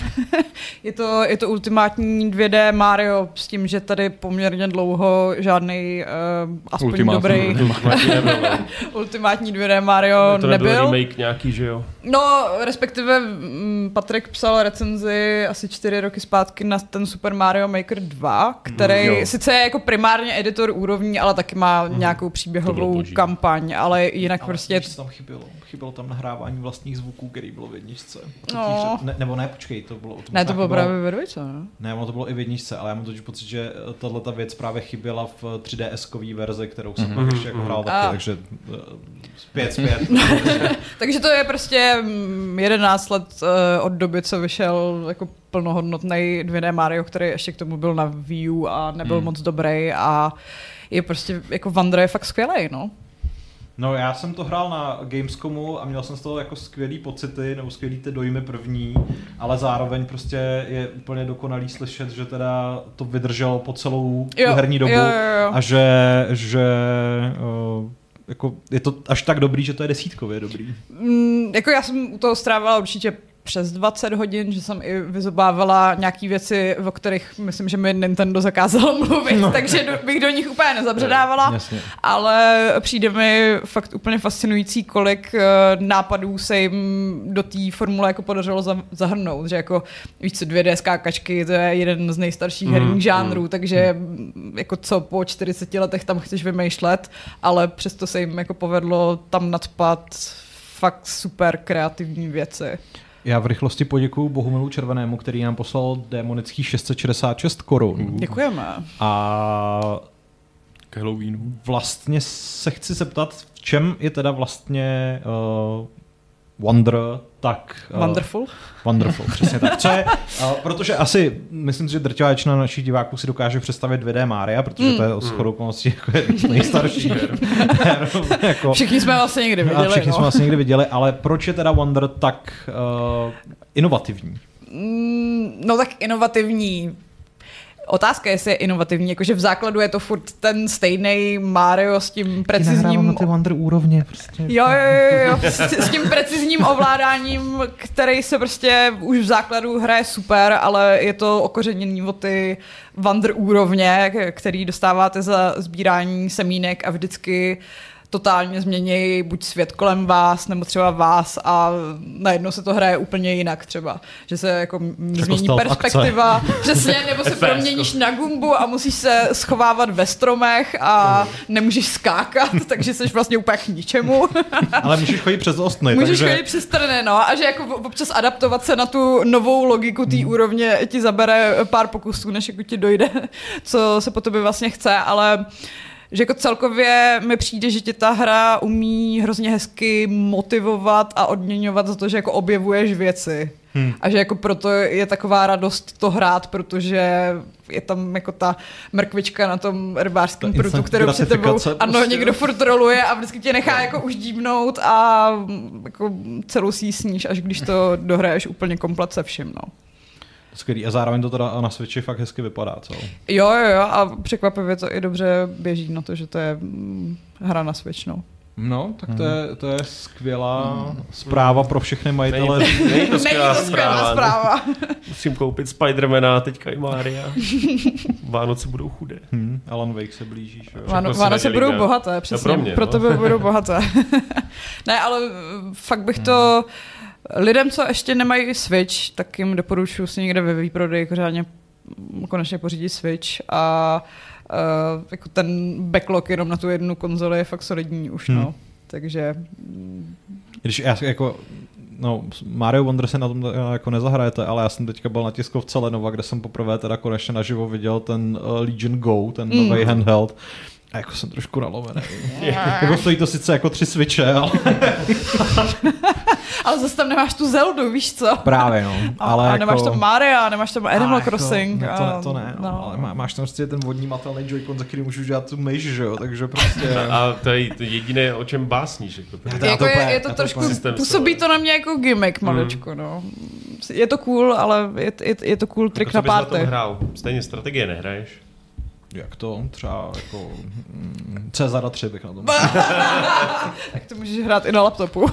je, to, je to ultimátní dvě dé Mario s tím, že tady poměrně dlouho žádnej uh, aspoň ultimátní, dobrý ultimátní nebyl. ultimátní dvě dé Mario to nebyl. To remake nějaký, že jo? No, respektive Patrik psal recenzi asi čtyři roky zpátky na ten Super Mario Maker dva, který mm, sice je jako primárně editor úrovní, ale taky má mm. nějakou příběhovou kampaň, ale jinak ale prostě... Ale tam chybělo. Chybělo tam nahrávání vlastních zvuků, který bylo v jedničce. No. Ne, nebo ne, počkej, to bylo... To ne, to bylo právě ve dvojce, ne? Ne, ono to bylo i v jedničce, ale já mám totiž pocit, že tato věc právě chyběla v tři dé eskový verzi, kterou jsem mm-hmm. ještě jako hrál taky, takže zpět, zpět. Takže to je prostě jedenáct let od doby, co vyšel jako plnohodnotný dvě dé Mario, který ještě k tomu byl na Wii U a nebyl hmm. moc dobrý a je prostě, jako Wander je fakt skvělej, no. No já jsem to hrál na Gamescomu a měl jsem z toho jako skvělý pocity, nebo skvělý ty dojmy první, ale zároveň prostě je úplně dokonalý slyšet, že teda to vydrželo po celou jo, tu herní dobu jo, jo, jo. a že, že uh, jako je to až tak dobrý, že to je desítkově dobrý. Mm, jako já jsem u toho strávila určitě přes dvacet hodin, že jsem i vyzobávala nějaký věci, o kterých myslím, že mi Nintendo zakázalo mluvit, no. takže do, bych do nich úplně nezabředávala, Jasně. ale přijde mi fakt úplně fascinující, kolik uh, nápadů se jim do té formule jako podařilo za, zahrnout, že jako víš co, dvě dé skákačky, to je jeden z nejstarších mm, herních žánrů, mm, takže mm. jako co po čtyřiceti letech tam chceš vymýšlet, ale přesto se jim jako povedlo tam nadpat fakt super kreativní věci. Já v rychlosti poděkuju Bohumilu Červenému, který nám poslal démonických šest set šedesát šest korun. Děkujeme. A k Halloweenu. Vlastně se chci zeptat, v čem je teda vlastně uh, Wonder tak... Uh, Wonderful? Wonderful, přesně tak. Co je, uh, protože asi, myslím, že drtivá většina našich diváků si dokáže představit dvě dé Maria, protože mm. to je o shodou okolností jako jedný z nejstarších her. her jako, všichni jsme vlastně někdy viděli. A všichni no. jsme vlastně někdy viděli, ale proč je teda Wonder tak uh, inovativní? Mm, no tak inovativní... Otázka je, jestli je inovativní, jakože v základu je to furt ten stejný Mario s tím precizním... na ty Wonder úrovně. Prostě. Jo, jo, jo, jo. S, s tím precizním ovládáním, který se prostě už v základu hraje super, ale je to okořeněný o ty Wonder úrovně, který dostáváte za sbírání semínek a vždycky totálně změní buď svět kolem vás, nebo třeba vás a najednou se to hraje úplně jinak třeba. Že se jako změní perspektiva, přesně, nebo se proměníš na Gumbu a musíš se schovávat ve stromech a nemůžeš skákat, takže jsi vlastně úplně k ničemu. Ale můžeš chodit přes ostny. Můžeš takže... chodit přes trny, no, a že jako občas adaptovat se na tu novou logiku té hmm. úrovně ti zabere pár pokusů, než jako ti dojde, co se po tobě vlastně chce, ale že jako celkově mi přijde, že tě ta hra umí hrozně hezky motivovat a odměňovat za to, že jako objevuješ věci. Hmm. A že jako proto je taková radost to hrát, protože je tam jako ta mrkvička na tom rybářském prutu, kterou při tebou prostě. Ano, někdo furt roluje a vždycky tě nechá jako už dívnout a jako celou si sníš, až když to dohraješ úplně komplet se vším, no. Skvělý. A zároveň to teda na Switchi fakt hezky vypadá, co? Jo, jo, jo, a překvapivě to i dobře běží na to, že to je hra na Switch, no. No, tak to je, to je skvělá hmm. zpráva pro všechny majitele. Není, není to skvělá, není to skvělá zpráva. Musím koupit Spidermana, teďka i Mária. Vánoce budou chudé. Hmm. Alan Wake se blíží. Váno, Vánoce budou ne? bohaté, přesně. Pro, mě, pro tebe no. budou bohaté. Ne, ale fakt bych to... Lidem, co ještě nemají Switch, tak jim doporučuji si někde ve výprodeji pořádně konečně pořídit Switch a uh, jako ten backlog jenom na tu jednu konzoli je fakt solidní už, hmm. no. Takže... Když já jako... No, Mario Wonder se na tom jako nezahrajete, ale já jsem teďka byl na tiskovce Lenovo, kde jsem poprvé teda konečně naživo viděl ten uh, Legion Go, ten mm. nový handheld. A jako jsem trošku nalomený. Jako stojí to sice jako tři switche, ale... ale zase tam nemáš tu Zeldu, víš co? Právě, no. Ale a jako... nemáš tam Maria, nemáš tam Animal jako... Crossing. No, to, ne, to ne, no. Ale má, máš tam prostě ten vodní matelný Joy-Con, za který můžeš dělat tu myš, že jo? Takže prostě... A to je to jediné, o čem básníš. Jako, jako je, je to trošku, působí to na mě jako gimmick, malečko, mm. no. Je to cool, ale je, je, je to cool trik na party. Co bys na tom hrál? Stejně strategie nehraješ? Jak to? Třeba jako Cezara tři bych na tom. Tak to můžeš hrát i na laptopu.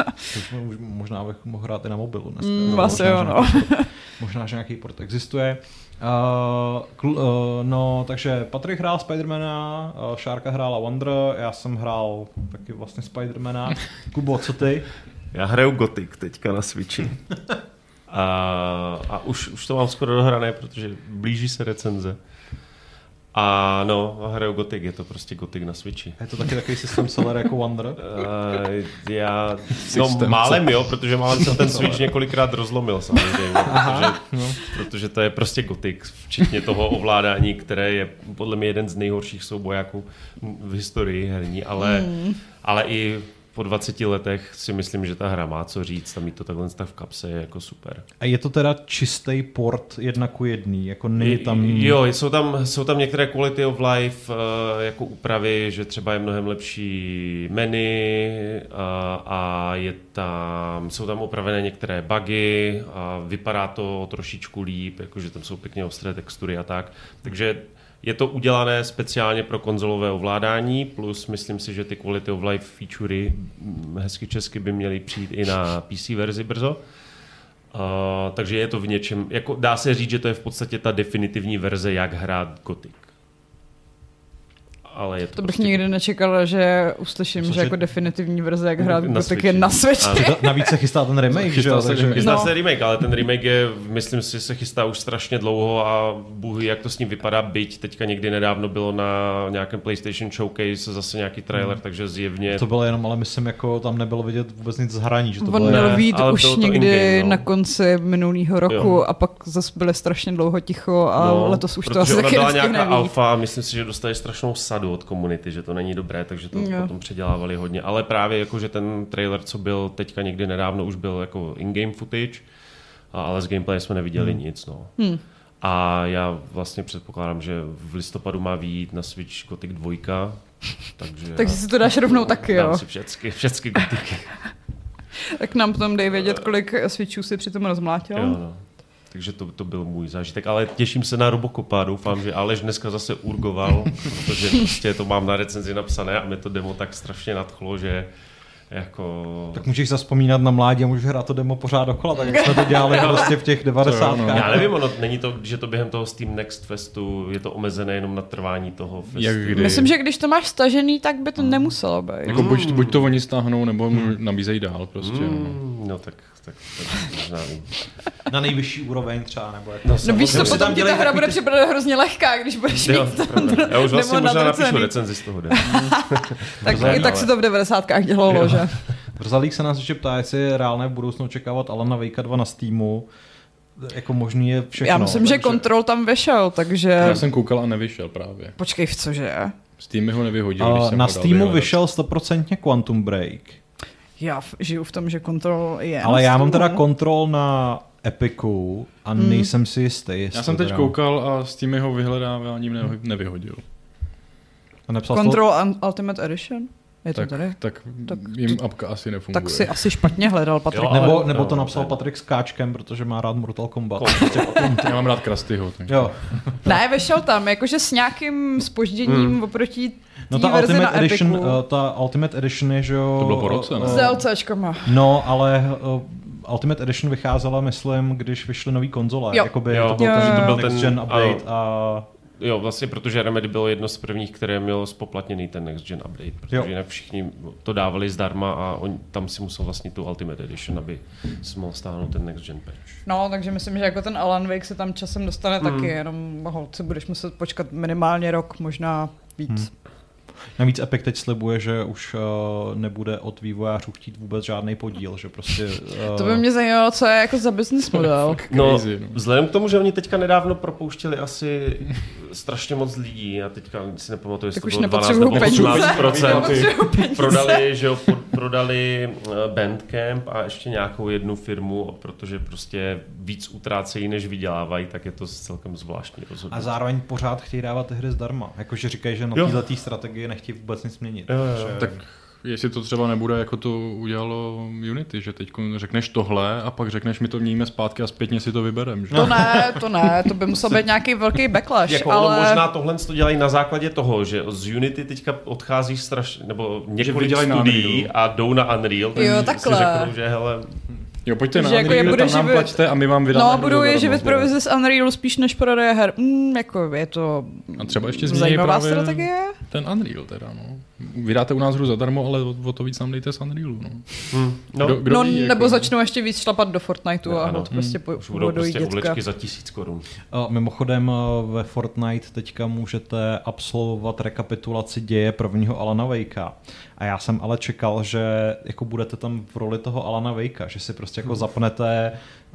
Možná bych mohl hrát i na mobilu dneska. Mm, vlastně jo, no. Možná, že nějaký port existuje. Uh, kl- uh, no, takže Patrik hrál Spidermana, uh, Šárka hrála Wonder, já jsem hrál taky vlastně Spidermana. Kubo, co ty? Já hraju Gothic teďka na Switchi. a a už, už to mám skoro dohrané, protože blíží se recenze. A no, hraju Gothic, je to prostě Gothic na Switchi. Je to taky takový systém seller jako Wonder? Uh, já, no málem jo, protože málem jsem ten Switch několikrát rozlomil samozřejmě, protože, no. protože to je prostě Gothic, včetně toho ovládání, které je podle mě jeden z nejhorších soubojáků v historii herní, ale, mm. ale i po dvaceti letech si myslím, že ta hra má co říct a mít to takhle tak v kapse je jako super. A je to teda čistý port jedna ku jedný, jako není tam... Jo, jsou tam, jsou tam některé quality of life jako úpravy, že třeba je mnohem lepší menu a, a je tam, jsou tam opravené některé bugy a vypadá to trošičku líp, jakože tam jsou pěkně ostré textury a tak. Takže je to udělané speciálně pro konzolové ovládání, plus myslím si, že ty quality of life featurey hezky česky by měly přijít i na P C verzi brzo. Uh, takže je to v něčem, jako dá se říct, že to je v podstatě ta definitivní verze, jak hrát Gothic. Ale je to, to bych prostě... nikdy nečekala, že uslyším, Cože? že jako definitivní verze, jak hrát Gothic je na Switchi. Navíc se chystá ten remake, chystá že? Se, takže... Chystá no. se remake, ale ten remake je, myslím si, se chystá už strašně dlouho a bůh jak to s ním vypadá, byť teďka někdy nedávno bylo na nějakém PlayStation Showcase zase nějaký trailer, hmm. takže zjevně... To bylo jenom, ale myslím, jako tam nebylo vidět vůbec nic z hraní, že to On bylo... měl být ne, už někdy no. na konci minulého roku jo. a pak zase byli strašně dlouho ticho a no, letos už to asi taky byla nějaká neví. alfa a myslím si, že dostali strašnou sadu od komunity, že to není dobré, takže to jo. potom předělávali hodně. Ale právě jako, že ten trailer, co byl teďka někdy nedávno, už byl jako in-game footage, ale z gameplay jsme neviděli hmm. nic. No. Hmm. A já vlastně předpokládám, že v listopadu má vyjít na Switch Gothic dva, takže... takže si to dáš rovnou taky, jo? Dám si všechny, všechny Gothicy. Tak nám potom dej vědět, kolik Switchů si přitom rozmlátil. Jo, no. Takže to, to byl můj zážitek, ale těším se na Robocopa, doufám, že Aleš dneska zase urgoval, protože prostě to mám na recenzi napsané a mě to demo tak strašně nadchlo, že, Jako... Tak můžeš zazpomínat na mládí a můžeš hrát to demo pořád dokola, tak jak jsme to dělali prostě v těch devadesátkách. Já nevím, ono není to, že to během toho Steam Next Festu je to omezené jenom na trvání toho festu. Jak kdy? Myslím, že když to máš stažený, tak by to Hmm. nemuselo být. Jako buď, buď to oni stáhnou, nebo mu nabízejí dál prostě. Mm, no tak, tak, tak možná vím. Na nejvyšší úroveň třeba, nebo jak No, No víš co, Nebo si potom tam ti ta dělají hra takový bude ty- připadat hrozně lehká, když budeš Jo, mít to pravda. Já už vlastně demo možná napíšu nadrcený. recenzi z toho. Tak, Zajímavé. i tak se to v devadesátkách dělalo, že? Vrzalík se nás ještě ptá, jestli je reálné v budoucnu očekávat Alana Wakea dva na Steamu. Jako možný je všechno. Já myslím, že takže- Control tam vyšel, takže... Já jsem koukal a nevyšel právě. Počkej, v cože? Steam mi ho nevyhodil, když A jsem na ho dal Steamu vyhledat. vyšel stoprocentně Quantum Break. Já v- žiju v tom, že Control je Ale na já mám Steamu. teda Control na Epiku a Hmm. nejsem si jistý. jestli Já jsem teď teda- koukal a Steam mi ho vyhledáváním ne- nevyhodil. A nepsal jsi to- Control un- Ultimate Edition? Je to Tak, tady? tak, Tak jim apka asi nefunguje. Tak si asi špatně hledal, Patrik. Jo, ale- Nebo, nebo to no, napsal ne. Patrik s káčkem, protože má rád Mortal Kombat. Já mám rád Krustyho. Takže. Jo. Ne, vyšel tam, jakože s nějakým spožděním hmm. oproti No té ta verzi Ultimate na Edition, Epiku. uh, ta Ultimate Edition je, že jo... To bylo po roce, ne? uh, S DLCčkama. No, ale uh, Ultimate Edition vycházela, myslím, když vyšly nový konzole. Jo. Jakoby Jo, to byl jo, ten jo. To byl next ten- gen update ano. a... Jo, vlastně protože Remedy bylo jedno z prvních, které mělo spoplatněný ten Next Gen update, protože Jo. jinak všichni to dávali zdarma a on, tam si musel vlastně tu Ultimate Edition, aby si mohl stáhnout ten Next Gen patch. No, takže myslím, že jako ten Alan Wake se tam časem dostane Hmm. taky, jenom holci budeš muset počkat minimálně rok, možná víc. Hmm. Navíc Epic teď slibuje, že už uh, nebude od vývojářů chtít vůbec žádný podíl, že prostě... Uh, To by mě zajímalo, co je jako za business model. No, Crazy, no. vzhledem k tomu, že oni teďka nedávno propouštěli asi strašně moc lidí, já teďka si nepamatuju, jestli Tak to už bylo dvanáct nepotřebuju nebo peníze. osmnáct procent. Nepotřebuju peníze. Prodali, že jo, pod, prodali eh, Bandcamp a ještě nějakou jednu firmu, protože prostě víc utrácejí, než vydělávají, tak je to celkem zvláštní A rozhodnutí. zároveň pořád chtějí dávat ty hry zdarma. Jakože říkají, že na Jo. této strategii nechtějí vůbec nic měnit. Jo, jo. Že- Tak jestli to třeba nebude, jako to udělalo Unity, že teď řekneš tohle a pak řekneš, my to měníme zpátky a zpětně si to vyberem. Že? To ne, to ne, to by musel být nějaký velký backlash, Jako ale... ale... možná tohle to dělají na základě toho, že z Unity teďka odchází strašně, nebo několik vydělají na studií Unrealu. a jdou na Unreal, takže si takhle. řeknou, že hele, Jo, pojďte na Že jako je Unreal, bude tam nám živit- plaťte a my vám vydáme. No, hru budou je zadarmo. živit provize z Unrealu spíš než prodeje her. Mm, jako je to A třeba ještě změní zajímavá právě strategie. ten Unreal teda, no. Vydáte u nás hru zadarmo, ale o, o to víc nám dejte z Unrealu, no. hm, no, Kdo- kdo No, ví, nebo jako- začnou ještě víc šlapat do Fortniteu a ano. hod prostě po, už budou povodují prostě děcka. oblečky za tisíc korun. A mimochodem eh, ve Fortnite teďka můžete absolvovat rekapitulaci děje prvního Alana Wakea. A já jsem ale čekal, že jako budete tam v roli toho Alana Wakea, že si prostě jako zapnete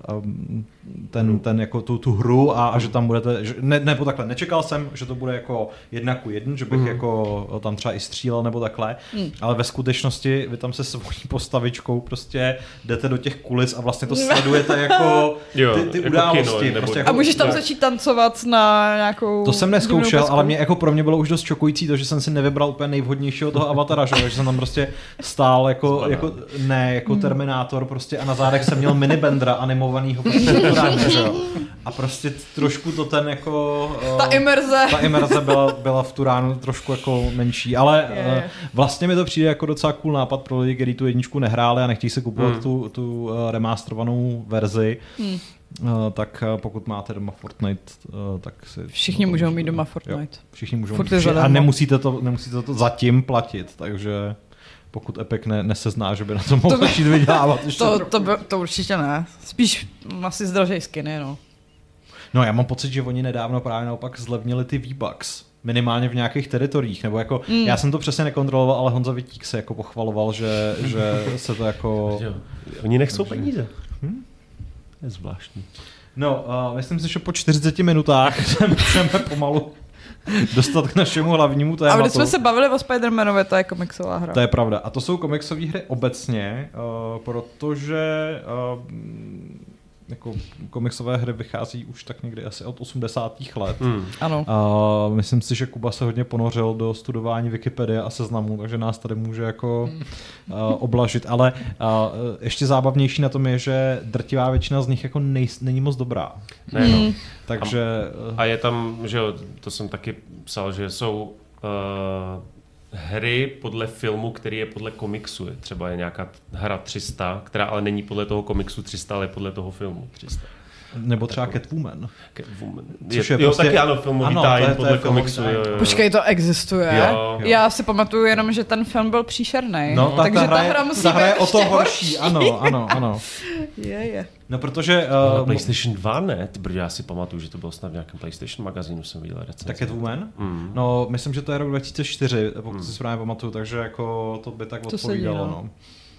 um, ten, ten jako tu, tu hru a, a že tam budete, že, ne, nebo takhle, nečekal jsem, že to bude jako jedna ku jeden, že bych Mhm. jako tam třeba i střílel nebo takhle, Mm. ale ve skutečnosti vy tam se svojí postavičkou prostě jdete do těch kulic a vlastně to sledujete jako Jo, ty, ty jako události. kino, nebo- prostě A jako, můžeš tam Tak. začít tancovat na nějakou... to jsem divnou neskoušel, pesku. ale mě jako pro mě bylo už dost šokující to, že jsem si nevybral úplně nejvhodnějšího toho avatara, že, jo, že jsem tam prostě stál jako, Zbaná. jako ne, jako Terminátor prostě a na zádech jsem měl minibendra animovanýho prostě turánka, že jo. A prostě trošku to ten jako... Ta eh, imerze. ta imerze byla, byla v Turánu trošku jako menší, ale Je, je. eh, vlastně mi to přijde jako docela cool nápad pro lidi, kteří tu jedničku nehráli a nechtějí si kupovat Hmm. tu, tu eh, remasterovanou verzi. Hmm. Eh, tak eh, pokud máte doma Fortnite, eh, tak si... Všichni no, můžou můžete- mít doma Jo, Fortnite. všichni můžou Furt mít je vši- a zadarmo. nemusíte to, nemusíte to zatím platit, takže pokud Epic ne, nesezná, že by na to mohl To by- začít vydělávat. ještě To, trochu. to, by, to určitě ne. Spíš asi zdražej skiny, no. No já mám pocit, že oni nedávno právě naopak zlevnili ty V-Bucks. Minimálně v nějakých teritoriích, nebo jako, Mm. já jsem to přesně nekontroloval, ale Honza Vitík se jako pochvaloval, že, že se to jako... Jo. Oni nechcou Takže- peníze. Hm? To je zvláštní. No, uh, myslím si, že po čtyřiceti minutách se můžeme pomalu dostat k našemu hlavnímu A tématu. když jsme se bavili o Spider-Manovi, to je komiksová hra. To je pravda. A to jsou komiksové hry obecně, uh, protože uh, jako komiksové hry vychází už tak někdy asi od osmdesátých let. Hmm. Ano. A myslím si, že Kuba se hodně ponořil do studování Wikipedie a seznamu, takže nás tady může jako uh, oblažit. Ale uh, ještě zábavnější na tom je, že drtivá většina z nich jako nej, není moc dobrá. Ne, no. Hmm. Takže... A je tam, že jo, to jsem taky psal, že jsou uh, hry podle filmu, který je podle komiksu. Třeba je nějaká hra tři sta, která ale není podle toho komiksu tři sta, ale je podle toho filmu tři sta. Nebo třeba Catwoman. Catwoman. Což je, je jo, prostě... taky ano, filmový tajn podle komiksu. Jo, jo. Počkej, to existuje? Jo, jo. Já si pamatuju jenom, že ten film byl příšerný. No, ta, takže ta hra, ta hra musí ta hra je být o to ještě horší. Ano, ano, ano. Je, je. No, protože... Uh, Uh, PlayStation dva ne? Ty brdo, já si pamatuju, že to bylo snad v nějakém PlayStation magazínu, jsem viděl recenzi. tak Catwoman? Mm. No, myslím, že to je rok dva tisíce čtyři, pokud Mm. si správně pamatuju, takže jako to by tak To odpovídalo. sedí, no. No.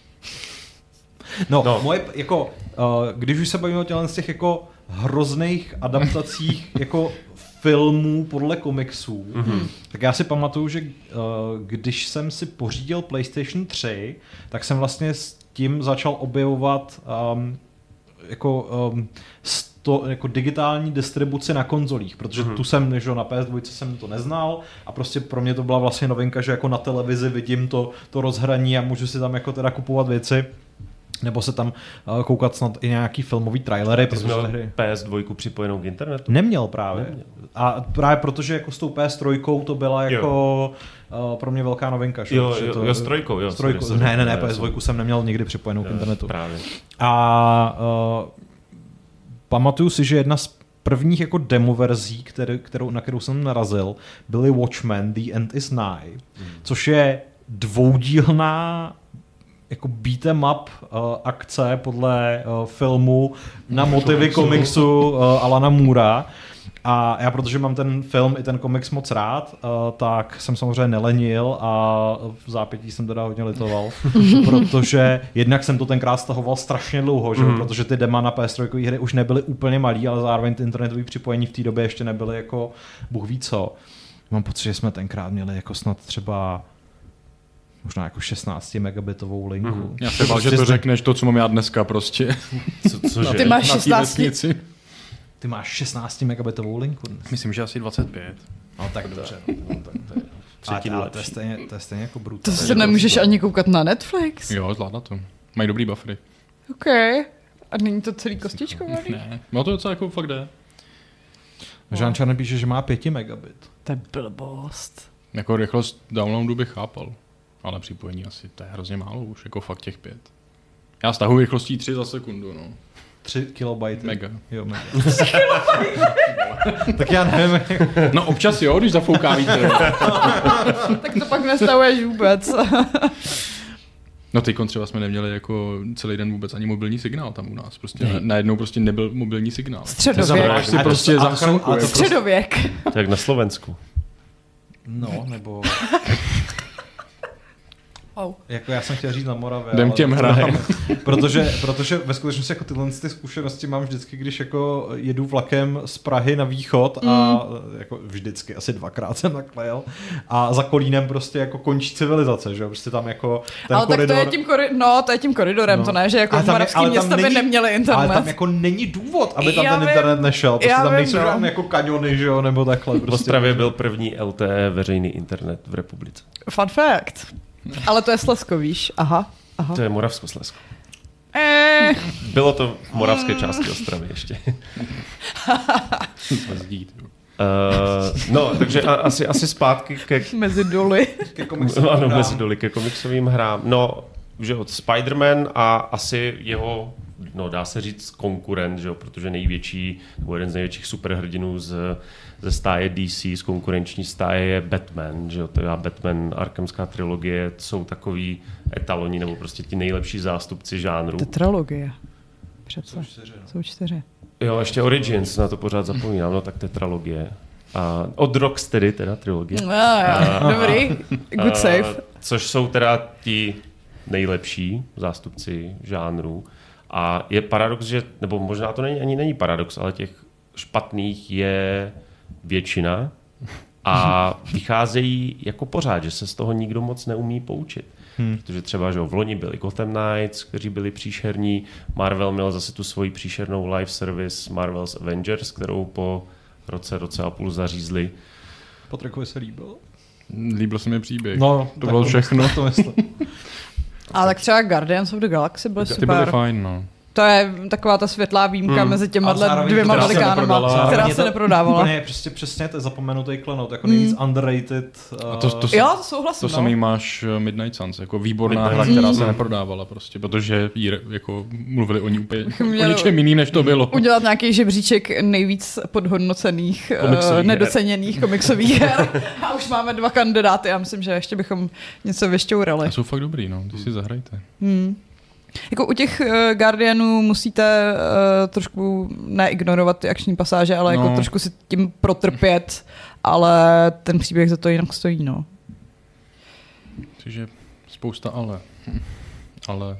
No, No. moje, jako, uh, když už se bavíme o těchto z těch jako hrozných adaptacích jako filmů podle komiksů, mm-hmm. tak já si pamatuju, že uh, když jsem si pořídil PlayStation tři, tak jsem vlastně s tím začal objevovat um, jako, um, sto, jako digitální distribuci na konzolích, protože mm-hmm. tu jsem, že na P S dva jsem to neznal a prostě pro mě to byla vlastně novinka, že jako na televizi vidím to, to rozhraní a můžu si tam jako teda kupovat věci. Nebo se tam uh, koukat snad i nějaký filmový trailery. Ty jsi měl hry... P S dva připojenou k internetu? Neměl právě. Neměl. A právě protože jako s tou P S tři to byla jako uh, pro mě velká novinka. Že? Jo, jo, to, jo, s trojkou. Jo, s trojkou. sorry, ne, ne, ne, ne, P S dva jsem neměl nikdy připojenou jo, k internetu. Právě. A uh, pamatuju si, že jedna z prvních jako demo verzí, který, kterou, na kterou jsem narazil, byly Watchmen, The End is Nigh, hmm. což je dvoudílná jako beat em up uh, akce podle uh, filmu na motivy komiksu uh, Alana Moora. A já, protože mám ten film i ten komiks moc rád, uh, tak jsem samozřejmě nelenil a v zápětí jsem teda hodně litoval, protože jednak jsem to tenkrát stahoval strašně dlouho, že? Mm. protože ty dema na P S tři hry už nebyly úplně malý, ale zároveň ty internetové připojení v té době ještě nebyly jako bůh ví co. Mám pocit, že jsme tenkrát měli jako snad třeba možná jako šestnáct megabitovou linku. Mm. Já se bál, že to řekneš to, co mám já dneska prostě. Co, cože? Ty máš šestnáct... Ty máš šestnáct megabitovou linku dnes. Myslím, že asi dvacet pět. No tak dobře. No, tak to je... Třetí ale to je stejně, to je stejně jako brutální. To se nemůžeš ani koukat na Netflix? Jo, zvládá to. Mají dobrý buffery. OK. A není to celý kostičkovaný? Ne, no to docela jako fakt jde. Žán Čarný píše, že má pět megabit. To je blbost. Jako rychlost downloadu bych chápal. Ale připojení asi to je hrozně málo už, jako fakt těch pět. Já stahuji rychlostí tři za sekundu, no. tři kilobajty. Mega. Jo, mega. Tak já nevím. No občas jo, když zafouká vítr. Tak to pak nestavuješ vůbec. No teďkon třeba jsme neměli jako celý den vůbec ani mobilní signál tam u nás. Prostě ne. najednou prostě nebyl mobilní signál. Středověk. Si prostě záchranku. A to Středověk. To jak na Slovensku. No, nebo... Oh. Jako já jsem chtěl říct na Moravě. Jdem těm hrám. protože, protože ve skutečnosti jako tyhle ty zkušenosti mám vždycky, když jako jedu vlakem z Prahy na východ a mm. jako vždycky, asi dvakrát jsem takhle jel a za Kolínem prostě jako končí civilizace, že prostě tam jako ten ale koridor... tak to je tím, kori- no, to je tím koridorem, no. To ne, že jako v moravském městě by neměli internet. Ale tam jako není důvod, aby tam já ten vím, internet nešel, prostě tam vím, nejsou no. tam jako kaniony, že jo, nebo takhle. V Ostravě byl první L T E veřejný internet v republice. Fun fact. Ale to je Slezsko, víš? Aha. Aha. To je Moravskoslezsko. Eh. Bylo to v moravské části Ostravy ještě. Uh, no, takže a, asi, asi zpátky ke... Mezi doly. Ke komiksovým ano, hrám. mezi doly ke komiksovým hrám. No, že od Spider-Man a asi jeho, no dá se říct konkurent, že jo, protože největší, nebo jeden z největších superhrdinů z, ze stáje D C, z konkurenční stáje je Batman, že jo, to je Batman, Arkhamská trilogie, jsou takový etaloni, nebo prostě ti nejlepší zástupci žánru. Tetralogie. Přece. Jsou čtyři, no. Jsou čtyři. Jo, ještě Origins, na to pořád zapomínám, no tak tetralogie. A od Rocksteady teda trilogie. No, jo, dobrý, good a, save. Což jsou teda ti nejlepší zástupci žánru. A je paradox, že, nebo možná to není, ani není paradox, ale těch špatných je většina a vycházejí jako pořád, že se z toho nikdo moc neumí poučit. Hmm. Protože třeba, že v loni byli Gotham Knights, kteří byli příšerní, Marvel měl zase tu svoji příšernou live service Marvel's Avengers, kterou po roce, roce a půl zařízli. Patrikovi se líbil? Líbil se mi příběh. No, to bylo všechno. To myslím. Ale tak třeba Guardians of the Galaxy byly Ty super. byly fajn, no. To je taková ta světlá výjimka hmm. mezi těma dvěma velikánama, která se neprodávala. Úplně přesně, přesně to je zapomenutý klenout, jako nejvíc hmm. underrated. Uh... A to, to, jo, to souhlasím. To no. samý máš Midnight Suns, jako výborná hra, která se neprodávala prostě, protože jí jako mluvili o ní úplně o něčem jiným, než to bylo. Udělat nějaký žebříček nejvíc podhodnocených, uh, nedoceněných komiksových her. A už máme dva kandidáty, já myslím, že ještě bychom něco vyšťourali. A jsou fakt dobrý, no, ty si zahrajte. Hmm. Jako u těch uh, Guardianů musíte uh, trošku neignorovat ty akční pasáže, ale no. jako trošku si tím protrpět, ale ten příběh za to jinak stojí, no. Takže spousta ale. Ale...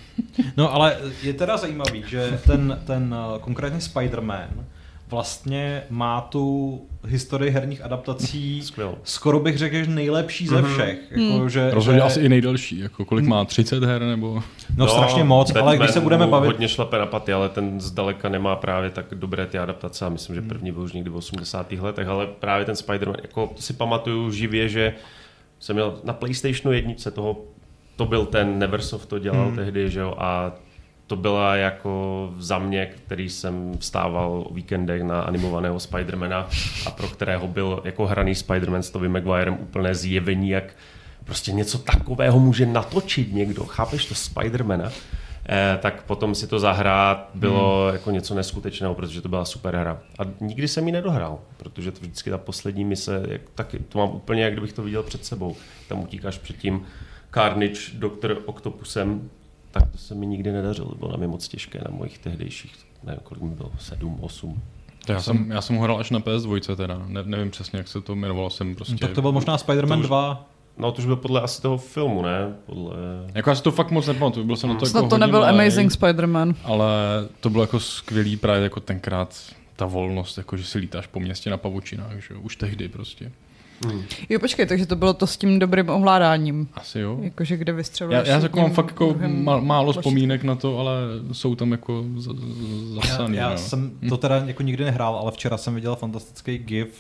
No ale je teda zajímavý, že ten, ten uh, konkrétně Spider-Man vlastně má tu historii herních adaptací, Skvěl. skoro bych řekl, že nejlepší ze všech. Mm-hmm. Jako, že, Rozhodně že... asi i nejdelší. Jako kolik má třicet her nebo... No, no strašně moc, Batman ale když se budeme bavit... hodně šlape na paty, ale ten zdaleka nemá právě tak dobré ty adaptace a myslím, že první byl už někdy v osmdesátých letech, ale právě ten Spider-Man, jako si pamatuju živě, že jsem měl na PlayStationu jedničce toho, to byl ten Neversoft, to dělal mm. tehdy, že jo, a to byla jako za mě, který jsem vstával o víkendech na animovaného Spidermana a pro kterého byl jako hraný Spiderman s Tobey Maguirem úplné zjevení, jak prostě něco takového může natočit někdo. Chápeš to Spidermana? Eh, tak potom si to zahrát bylo hmm. jako něco neskutečného, protože to byla super hra. A nikdy jsem ji nedohrál, protože to vždycky ta poslední mise, jak, taky, to mám úplně, jak kdybych to viděl před sebou. Tam utíkáš před tím Carnage doktor Octopusem, tak to se mi nikdy nedařilo. Bylo na mě moc těžké na mojich tehdejších, nevím, kolik mi bylo, sedm, osm. Já jsem, já jsem ho hrál až na P S dva teda, ne, nevím přesně, jak se to jmenovalo, jsem prostě... No, tak to byl možná Spider-Man dva. No to už byl podle asi toho filmu, ne? Podle... Jako já si to fakt moc nepamatuju, byl jsem na to Snad jako to nebyl malej, Amazing Spider-Man. Ale to bylo jako skvělý právě jako tenkrát ta volnost, jako že si lítáš po městě na pavučinách, že jo, už tehdy prostě. Hmm. Jo, počkej, takže to bylo to s tím dobrým ovládáním. Asi jo. Jakože kde vystřeluješ. Já, já jako mám fakt jako má, málo vzpomínek na to, ale jsou tam jako z, z, zasaný. Já, já no. jsem to teda jako nikdy nehrál, ale včera jsem viděl fantastický gif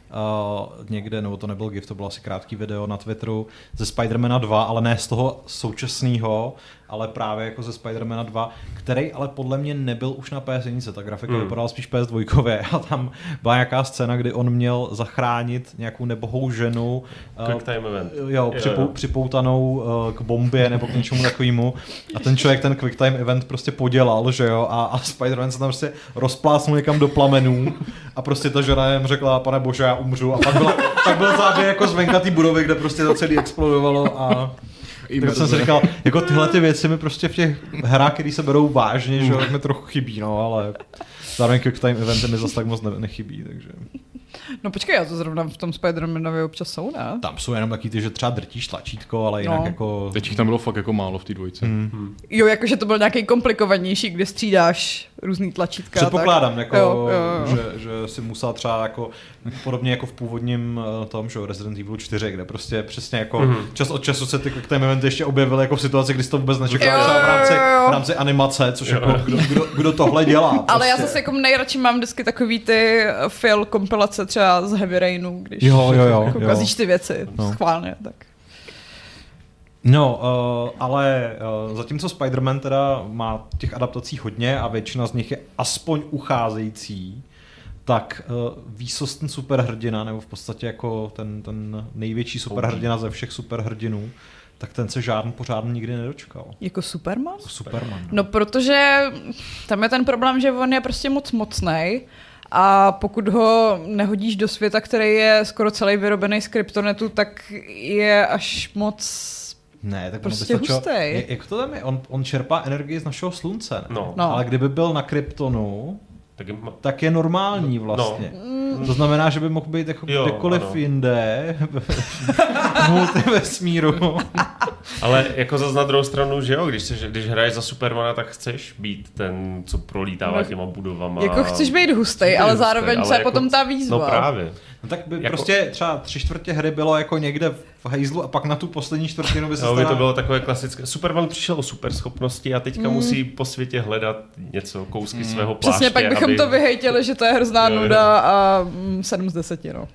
uh, někde, nebo to nebyl gif, to bylo asi krátký video na Twitteru ze Spider-Mana dva, ale ne z toho současného, ale právě jako ze Spider-Mana dva, který ale podle mě nebyl už na P S jedna, ta grafika mm. vypadala spíš P S dva a tam byla nějaká scéna, kdy on měl zachránit nějakou nebohou ženu Quick time event. Jo, připou, jo. připoutanou uh, k bombě nebo k něčemu takovému a ten člověk ten quick time event prostě podělal, že jo, a, a Spider-Man se tam prostě rozplásnul někam do plamenů a prostě ta žena jim řekla, pane bože, já umřu a pak, byla, pak byl záběr jako zvenka té budovy, kde prostě to celé explodovalo a tak jsem si říkal, jako tyhle ty věci mi prostě v těch hrách, které se berou vážně, že jo, mi trochu chybí, no, ale zároveň quick time eventy mi zase tak moc ne- nechybí, takže... No počkej, já to zrovna v tom Spider-Manově občas jsou, ne? Tam jsou jenom taky ty, že třeba drtíš tlačítko, ale jinak no. jako... Teď jich tam bylo fakt jako málo v té dvojce. Hmm. Hmm. Jo, jakože to byl nějaký komplikovanější, kde střídáš různý tlačítka. Předpokládám, tak... jako, jo, jo, jo. Že, že si musel třeba jako podobně jako v původním tom, že Resident Evil čtyři, kde prostě přesně jako hmm. čas od času se ty quick time eventy ještě objevily jako v situaci, kdy jsi to vůbec nečekal třeba v rámci, v rámci animace, což jo. jako kdo, kdo, kdo tohle dělá. Prostě. Ale já zase jako nejradši mám vždycky takový ty fail kompilace třeba z Heavy Rainu, když jo, jo, jo, jako kazíš ty věci no. schválně, tak. No, uh, ale uh, zatímco Spider-Man teda má těch adaptací hodně a většina z nich je aspoň ucházející, tak uh, výsostný superhrdina, nebo v podstatě jako ten, ten největší superhrdina ze všech superhrdinů, tak ten se žádný pořádný nikdy nedočkal. Jako Superman? Jako Superman. No. no, protože tam je ten problém, že on je prostě moc mocnej a pokud ho nehodíš do světa, který je skoro celý vyrobený z kryptonetu, tak je až moc ne, tak prostě hustej. Jak to tam je? On, on čerpá energii z našeho slunce, ne? No. No. Ale kdyby byl na Kryptonu, tak je, tak je normální vlastně. No. To znamená, že by mohl být jako jo, kdekoliv ano. jinde v multivesmíru. Ale jako zase na druhou stranu, že jo, když, se, když hraješ za Supermana, tak chceš být ten, co prolítává no, těma budovama. Jako chceš být hustej, ale hustej, zároveň ale co je jako, potom ta výzva. No právě. No tak by jako, prostě třeba tři čtvrtě hry bylo jako někde v hejzlu a pak na tu poslední čtvrtinu by se stala... No, by to bylo takové klasické. Superman přišel o superschopnosti a teďka mm. musí po světě hledat něco, kousky mm. svého pláště. Přesně, pak bychom aby... to vyhejtili, že to je hrozná nuda a sedm z deseti, no.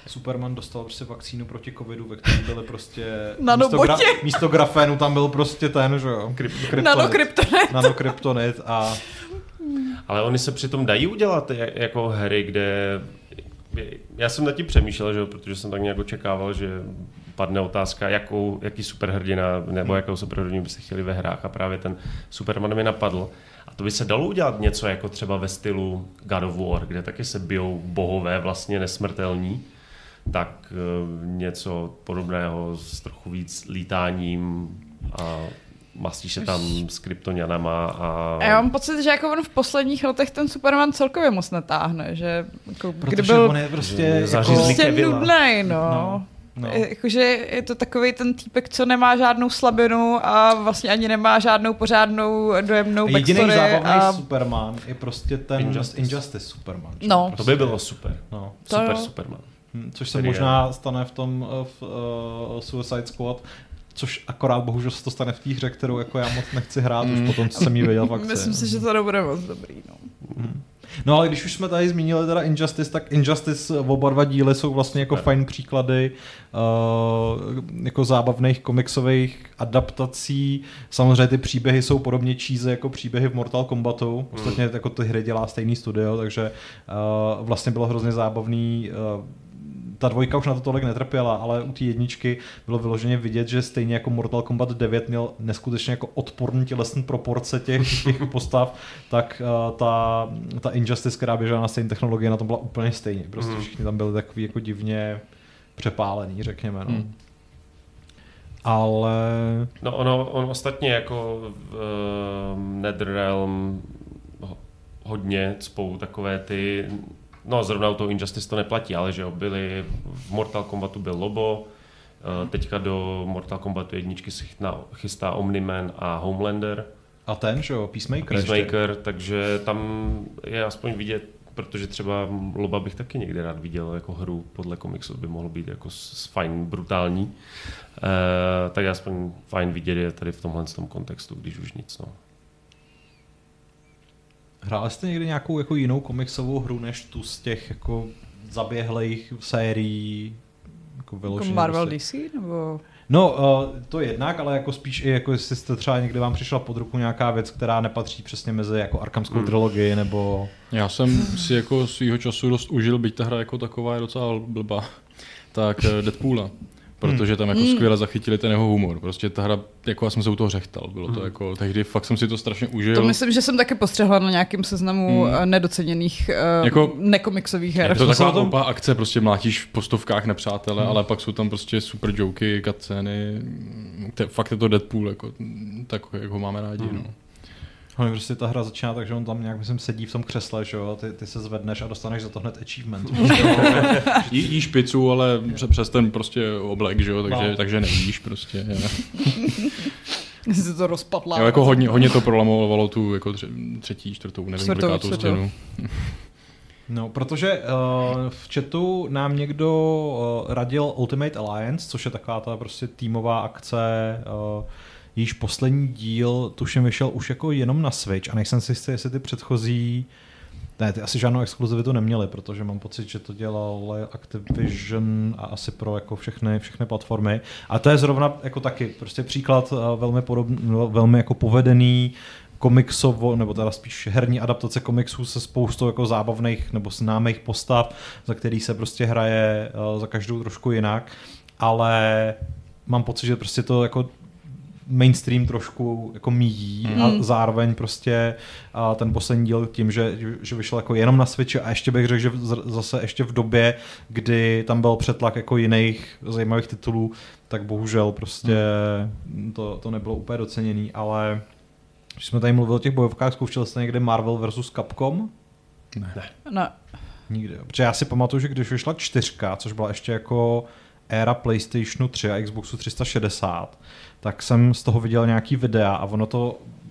Superman dostal prostě vakcínu proti covidu, ve kterém byly prostě místo, gra, místo grafénu tam byl prostě ten, že jo, kryptonit. Nanokryptonit. Nanokryptonit a... Ale oni se přitom dají udělat jako hry, kde... Já jsem nad tím přemýšlel, že jo, protože jsem tak nějak očekával, že padne otázka, jakou, jaký superhrdina nebo jakou superhrdinu byste chtěli ve hrách a právě ten Superman mi napadl. A to by se dalo udělat něco jako třeba ve stylu God of War, kde taky se bijou bohové vlastně nesmrtelní, tak něco podobného s trochu víc lítáním a mastíš se tam s kryptonianama a... a já mám pocit, že jako on v posledních letech ten Superman celkově moc netáhne, že jako, protože kdy byl on je prostě, jako... prostě nudnej, no. no. No. Jakože je to takový ten týpek, co nemá žádnou slabinu a vlastně ani nemá žádnou pořádnou dojemnou backstory. Jediný zábavný a... Superman je prostě ten Injustice, Injustice Superman. No. Prostě... To by bylo super. No. Super to... Superman. Hm, což se možná stane v tom v, uh, Suicide Squad, což akorát bohužel se to stane v té hře, kterou jako já moc nechci hrát, mm. už potom, co jsem jí viděl v akci. Myslím si, že to nebude moc dobrý. No. Mm. No ale když už jsme tady zmínili teda Injustice, tak Injustice v oba dva díly jsou vlastně jako fajn příklady uh, jako zábavných komiksových adaptací. Samozřejmě ty příběhy jsou podobně cheesy jako příběhy v Mortal Kombatu. Ostatně mm. jako ty hry dělá stejný studio, takže uh, vlastně bylo hrozně zábavný. Uh, ta dvojka už na to tolik netrpěla, ale u té jedničky bylo vyloženě vidět, že stejně jako Mortal Kombat devět měl neskutečně jako odporný tělesný proporce těch, těch postav, tak uh, ta, ta Injustice, která běžela na stejné technologie, na tom byla úplně stejně. Prostě mm. všichni tam byli takový jako divně přepálený, řekněme. No. Mm. Ale... No ono, on ostatně jako v uh, NetherRealm hodně cpou takové ty... No, zrovna u toho Injustice to neplatí, ale že jo, byli, v Mortal Kombatu byl Lobo, teďka do Mortal Kombatu jedničky se chystá, chystá Omni-Man a Homelander. A ten, že jo, Peacemaker. Peacemaker, ještě. Takže tam je aspoň vidět, protože třeba Loba bych taky někde rád viděl jako hru, podle komiksu by mohlo být jako fajn, brutální. E, tak je aspoň fajn vidět je tady v tomhle tom kontextu, když už nic, no. Hráli jste někdy nějakou jako jinou komiksovou hru než tu z těch jako zaběhlých sérií? Jako, jako Marvel D C? Nebo... No, uh, to jednak, ale jako spíš i jako jestli jste třeba někdy vám přišla pod ruku nějaká věc, která nepatří přesně mezi jako Arkhamskou hmm. trilogii, nebo... Já jsem si jako svýho času dost užil, byť ta hra jako taková je docela blbá, tak Deadpoola. Protože tam jako mm. skvěle zachytili ten jeho humor. Prostě ta hra, jako já jsem se u toho řechtal. Bylo to mm. jako, tehdy fakt jsem si to strašně užil. To myslím, že jsem taky postřehla na nějakém seznamu mm. nedoceněných uh, jako, nekomiksových her. Je to taková tom... opá akce, prostě mlátíš v postovkách nepřátele, mm. ale pak jsou tam prostě super joky, cutscény. Fakt je to Deadpool, jako, tak jak ho máme rádi. Mm. No. Ale prostě ta hra začíná tak, že on tam nějak, myslím, sedí v tom křesle, že jo, ty, ty se zvedneš a dostaneš za to hned achievement. Jí, jíš pizzu, ale přes ten prostě oblek, že jo, takže, no. takže nejíš prostě. Se to rozpadla. Jo, jako hodně, hodně to prolamovalo tu jako třetí, čtvrtou, nevím, kolikátou stěnu. No, protože uh, v chatu nám někdo uh, radil Ultimate Alliance, což je taková ta prostě týmová akce, uh, jejíž poslední díl, tuším, vyšel už jako jenom na Switch a nejsem si jistý, jestli ty předchozí, ne, ty asi žádnou exkluzivitu neměli, protože mám pocit, že to dělal Activision a asi pro jako všechny, všechny platformy. A to je zrovna jako taky prostě příklad velmi podobný, velmi jako povedený komiksovo, nebo teda spíš herní adaptace komiksů se spoustou jako zábavných nebo známých postav, za který se prostě hraje za každou trošku jinak, ale mám pocit, že prostě to jako mainstream trošku jako míjí mm. a zároveň prostě a ten poslední díl tím, že, že vyšel jako jenom na Switchi a ještě bych řekl, že zase ještě v době, kdy tam byl přetlak jako jiných zajímavých titulů, tak bohužel prostě mm. to, to nebylo úplně doceněný, ale když jsme tady mluvili o těch bojovkách, zkoušeli jste někdy Marvel versus Capcom? Ne. Ne. Nikdy. Protože já si pamatuju, že když vyšla čtyřka, což byla ještě jako éra PlayStationu tři a Xboxu tři sta šedesát, tak jsem z toho viděl nějaký videa a ono to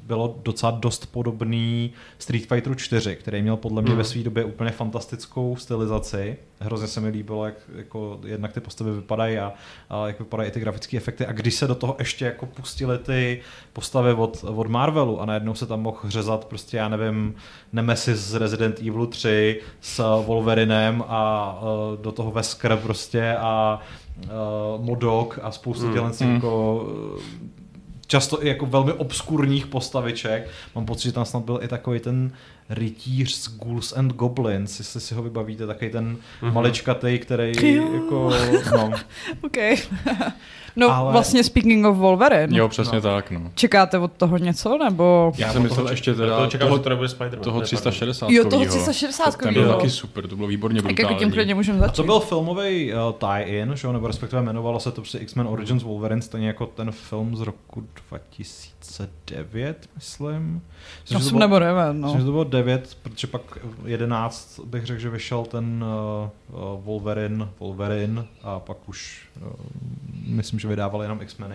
bylo docela dost podobný Street Fighteru čtyři, který měl podle mě hmm. ve své době úplně fantastickou stylizaci. Hrozně se mi líbilo, jak jako jednak ty postavy vypadají a, a jak vypadají i ty grafické efekty. A když se do toho ještě jako pustili ty postavy od, od Marvelu a najednou se tam mohl řezat prostě, já nevím, Nemesis z Resident Evil tři s Wolverinem a uh, do toho Wesker prostě a uh, Modok a spoustu mm. těchto mm. jako často i jako velmi obskurních postaviček. Mám pocit, že tam snad byl i takový ten rytíř z Ghouls and Goblins, jestli si ho vybavíte, takový ten mm-hmm. maličkatej, který jako, no. Okay. No ale... vlastně speaking of Wolverine. Jo, přesně no. tak, no. Čekáte od toho něco, nebo? Já jsem myslel ještě teda toho, čekám, toho, že to nebude Spider-Man. toho tři sta šedesát. Jo, toho tři sta šedesát. Ten byl taky super, to bylo výborně brutální. Tak jako tím klidně můžeme začít. A to byl filmový uh, tie-in, že? Nebo respektive jmenovalo se to prostě X-Men Origins Wolverine, stejně jako ten film z roku dva tisíce devět, myslím. osm nebo devět, no. Myslím, že to bylo devět, protože pak jedenáct bych řekl, že vyšel ten uh, uh, Wolverine, Wolverine a pak už uh, myslím, že vydávali jenom X-meny.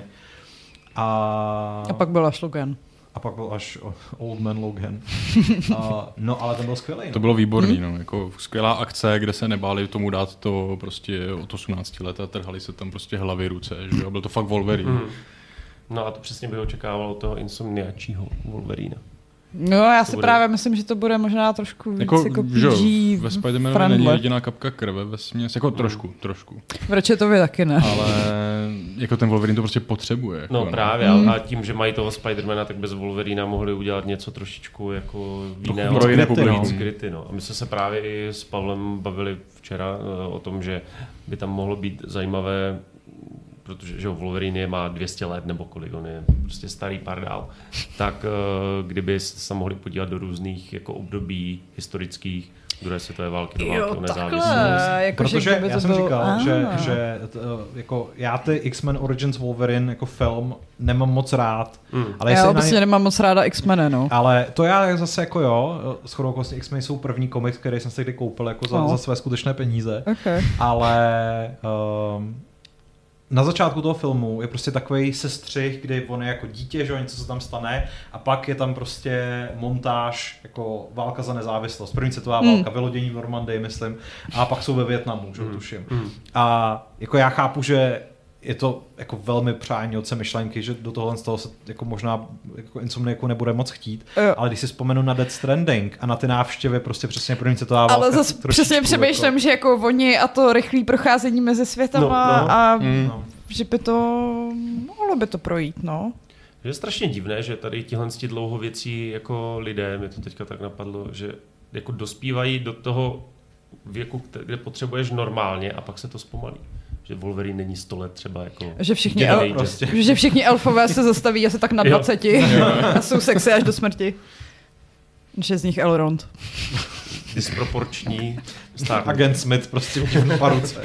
A... a pak byl až Logan. A pak byl až Old Man Logan. uh, no, ale ten byl skvělý. No. To bylo výborný, hmm. no. Jako skvělá akce, kde se nebáli tomu dát to prostě od osmnácti let a trhali se tam prostě hlavy, ruce, že jo, byl to fakt Wolverine. Hmm. No a to přesně bych očekával od toho insomniačího Wolverina. No, já si bude... právě myslím, že to bude možná trošku víc jako, jako P G ve Spider-Manu není jediná kapka krve ve směs, jako mm. trošku, trošku. V Ratchetovi taky ne. Ale jako ten Wolverine to prostě potřebuje. Jako, no právě, mm. a tím, že mají toho Spider-Mana, tak bez Wolverina mohli udělat něco trošičku jako jiného. Pro jiné publikum. Skryty, no. A my jsme se právě i s Pavlem bavili včera o tom, že by tam mohlo být zajímavé, protože že Wolverine má dvě stě let nebo kolik, on je prostě starý pardál, tak kdyby se mohli podívat do různých jako období historických druhé světové války, do války o nezávislost. Jako protože že já jsem bylo... říkal, ah. že, že t, jako já ty X-Men Origins Wolverine jako film nemám moc rád. Mm. Ale já obecně ně... nemám moc ráda X-meny, no. Ale to já zase jako jo, shodou okolností X-Men jsou první komiks, který jsem si kdy koupil jako za, no. za své skutečné peníze. Okay. Ale um, na začátku toho filmu je prostě takový sestřih, kdy on je jako dítě, že něco se tam stane a pak je tam prostě montáž jako válka za nezávislost. První světová mm. válka, vylodění v Normandii, myslím, a pak jsou ve Vietnamu, že mm. tuším. Mm. A jako já chápu, že je to jako velmi přání otce myšlenky, že do tohohle z toho se jako možná jako Insomniacu nebude moc chtít, jo. Ale když si vzpomenu na Death Stranding a na ty návštěvy prostě přesně první světová válka. Ale zase přesně přemýšlím, jako... že jako oni a to rychlé procházení mezi světama no, no. a mm. že by to mohlo by to projít, no. Je strašně divné, že tady tihle dlouhověcí jako lidé, mě to teďka tak napadlo, že jako dospívají do toho věku, kde potřebuješ normálně a pak se to zpomalí. Že Wolverine není sto let třeba jako... Že všichni, el, prostě. že všichni elfové se zastaví asi tak na dvaceti a jsou sexy až do smrti. Že z nich Elrond. Disproporční. Agent Smith prostě v paruce.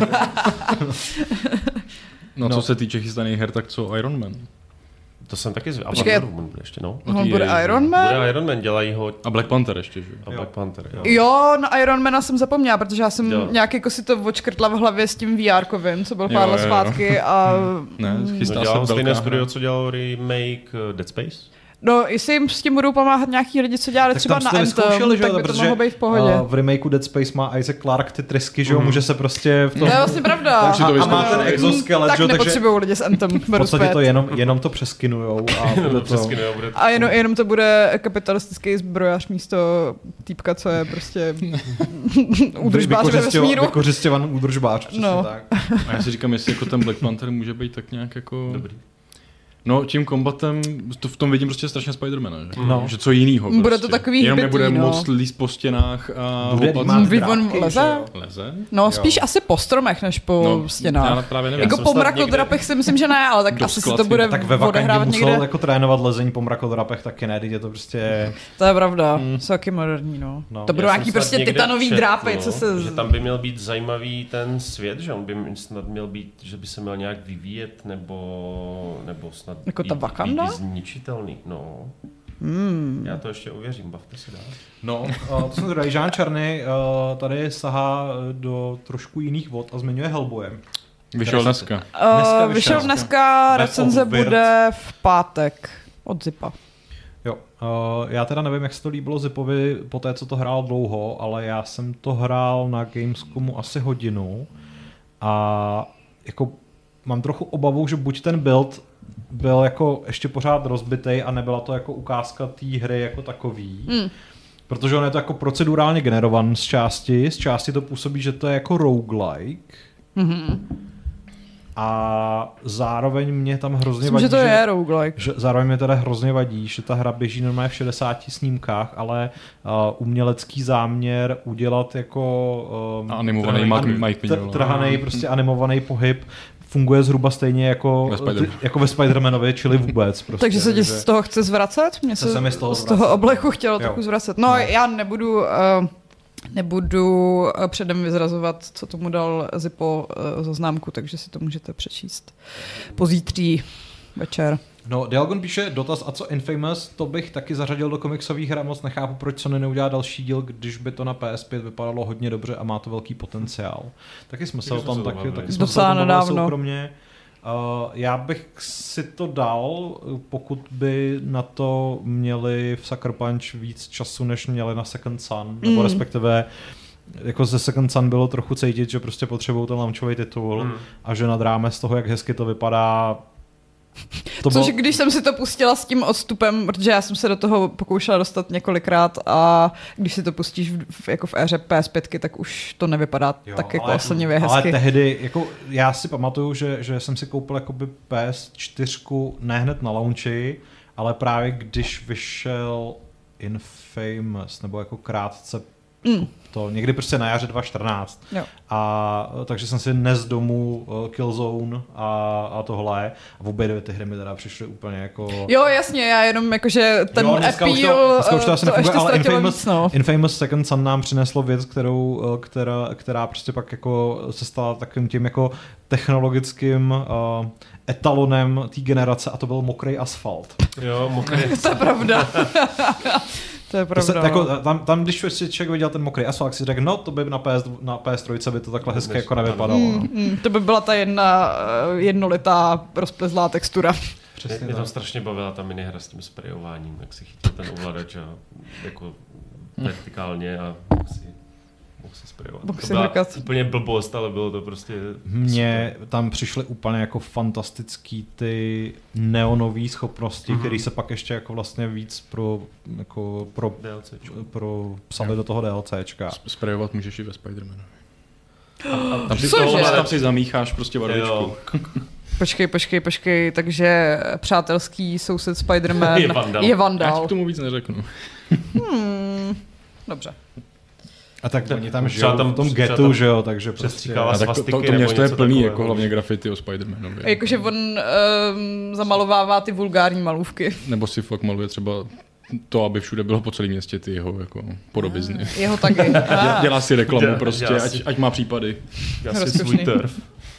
No, no co se týče chystaných her, tak co Iron Man? To jsem taky zvědavý. A Wonder Woman bude ještě, no. no bude Iron Man? Bude Iron Man, dělají ho... A Black Panther ještě, že? A Black Panther, jo. Jo, na Iron Mana jsem zapomněla, protože já jsem jo. nějak jako si to odškrtla v hlavě s tím V R-kovým, co byl pár let zpátky a... ne, chystá no, dělal se stejné studio, co dělal remake Dead Space? No, jestli jim s tím budou pomáhat nějaký lidi, co dělali tak třeba na Anthem, tak by to mohlo být v pohodě. Uh, v remakeu Dead Space má Isaac Clarke ty trysky, že jo, mm. může se prostě v tom... To je vlastně pravda. A, a, a má ten exoskelet, tak že jo, takže... nepotřebují lidi s Anthem. V podstatě to jenom, jenom to přeskinujou. A, to přeskinujou, bude to... a jenom, jenom to bude kapitalistický zbrojař místo týpka, co je prostě údržbář ve vesmíru. Vykořistěvan údržbář, přesně no. tak. A já si říkám, jestli jako ten Black Panther může být tak nějak jako... Dobrý. No, tím kombatem, to v tom vidím prostě strašně Spidermana, že? No. Že co jinýho prostě. Bude to takový jenom hbitý, nebude no. moc líst po stěnách a bude on leze? Leze? No, spíš jo. asi po stromech, než po no, stěnách. Já právě nevím. Jako po mrakodrapech někde... si myslím, že ne, ale tak asi si to bude tak ve odehrávat musel někde. jako trénovat lezení po mrakodrapech taky ne, je to prostě... To je pravda, mm. jsou taky moderní, no. no. To budou nějaký prostě titanový čet, drápy, no, co se... Že tam by měl být zajímavý ten svět, že on by snad měl být, že by se měl nějak vyvíjet, nebo, nebo snad jako ta Wakanda? Zničitelný, no. Hmm. Já to ještě ověřím, bavte se dál. No, uh, to jsem teda, Jean Černý uh, tady sahá do trošku jiných vod a zmiňuje Hellboye. Vyšel dneska. Uh, vyšel dneska, recenze bude v pátek od Zipa. Jo, Uh, já teda nevím, jak se to líbilo Zipovi po té, co to hrál dlouho, ale já jsem to hrál na Gamescomu asi hodinu a jako mám trochu obavu, že buď ten build byl jako ještě pořád rozbitej a nebyla to jako ukázka té hry jako takový, mm. protože on je to jako procedurálně generovan z části, z části to působí, že to je jako roguelike. Mm-hmm. A zároveň mě tam hrozně Myslím, vadí, že to že, je roguelike. Že zároveň mě teda hrozně vadí, že ta hra běží normálně v šedesáti snímkách, ale uh, umělecký záměr udělat jako um, animovaný trhanej, Mike tr- trhanej prostě animovaný pohyb funguje zhruba stejně jako ve, Spider- ty, jako ve Spider-Manovi, čili vůbec. Prostě, takže se ti z toho chce zvracet? Mě se, se z toho, z toho obleku chtělo trochu zvracet. No, no, já nebudu... Uh, Nebudu předem vyzrazovat, co tomu dal Zippo za známku, takže si to můžete přečíst pozítří večer. No, Dialgon píše dotaz, a co Infamous, to bych taky zařadil do komiksových her, moc nechápu, proč Sony neudělá další díl, když by to na P S pět vypadalo hodně dobře a má to velký potenciál. Taky jsme se o tom taky, taky jsme se o tom bavili soukromně. Uh, já bych si to dal, pokud by na to měli v Sucker Punch víc času, než měli na Second Son, mm. nebo respektive jako ze Second Son bylo trochu cítit, že prostě potřebují ten launchový titul mm. a že nad rámec toho, jak hezky to vypadá. To Což bylo... když jsem si to pustila s tím odstupem, protože já jsem se do toho pokoušela dostat několikrát a když si to pustíš v, jako v éře P S pět, tak už to nevypadá jo, tak jako oslnivě hezky. Ale tehdy, jako já si pamatuju, že, že jsem si koupil jakoby P S čtyři ne hned na launchi, ale právě když vyšel Infamous, nebo jako krátce mm. to, někdy prostě na jaře dva tisíce čtrnáct. Jo. A takže jsem si nes domů uh, Killzone a, a tohle. A v obě dvě ty hry mi teda přišly úplně jako... Jo, jasně, já jenom jakože ten jo, dneska appeal, už to, dneska už to asi to nefunguje, ale Infamous, víc, no. Infamous Second Son nám přineslo věc, kterou, která, která prostě pak jako se stala takovým tím jako technologickým uh, etalonem té generace a to byl mokrý asfalt. Jo, mokrý To je pravda. To je pravda. To se, jako, tam, tam, když si člověk viděl ten mokrý asfalt, si řekl, no to by na, P S, na P S tři by to takhle hezky jako nevypadalo. Mm, no. mm, to by byla ta jedna jednolitá rozplezlá textura. Přesně mě, mě tam strašně bavila ta minihra s tím sprejováním, jak si chytil ten ovladač a jako vertikálně a si mohl si sprejovat. Mohl to si byla hrkat. úplně blbost, ale bylo to prostě Mně super. Tam přišly úplně jako fantastický ty neonové schopnosti, mm-hmm. které se pak ještě jako vlastně víc pro, jako pro, pro psali no. do toho DLCčka. Sprejovat můžeš i ve Spider-Manovi. Tam si, toho, tam si zamícháš prostě barvičku. Počkej, počkej, počkej, takže přátelský soused Spider-Man je vandal. Je vandal. Já k tomu víc neřeknu. hmm, dobře. A tak oni tam žijou tam v tom getu, že jo, takže prostě... A tak to, to, to město je plný, jako hlavně grafity o Spider-Manovi. Jakože on um, zamalovává ty vulgární malůvky. Nebo si fakt maluje třeba to, aby všude bylo po celém městě ty jeho jako podobizny. Ah, jeho taky. Ah. Dělá si reklamu dělá, prostě, dělá si, ať, ať má případy. Dělá si svůj turf.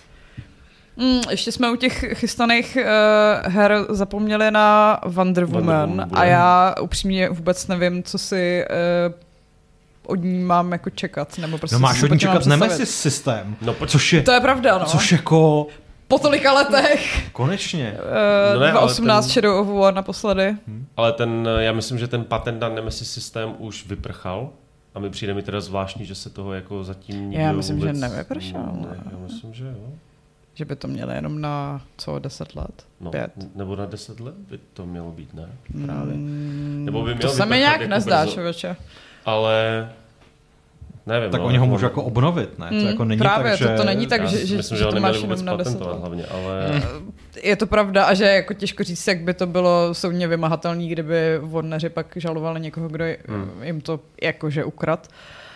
Mm, ještě jsme u těch chystaných uh, her zapomněli na Wonder Woman, Wonder Woman a já upřímně vůbec nevím, co si uh, od ní mám jako čekat. Nebo prostě no máš od ní čekat Nemesis systém, no, což je, to je pravda, no. Což jako... Po tolika letech. Konečně. Uh, no ne, dva tisíce osmnáct ten... Shadow of War naposledy. Hmm. Ale ten, já myslím, že ten patent na Nemesis systém už vyprchal. A mi přijde mi teda zvláštní, že se toho jako zatím nikdo Já myslím, vůbec... že nevypršel. Ne, já myslím, že jo. Že by to mělo jenom na co, deset let? No, Pět? Nebo na deset let by to mělo být, ne? Právě. Mm, nebo by to se mi nějak jako nezdá, člověče. Ale... Nevím, tak no, oni ho můžou jako obnovit, ne? To mm, jako není právě, tak, že... to, to není tak, že, že, myslím, že, že to máš jenom na deset let. Hlavně, ale... Je to pravda a že jako těžko říct, jak by to bylo soudně vymahatelný, kdyby Warneri pak žalovali někoho, kdo hmm. jim to jakože ukrad.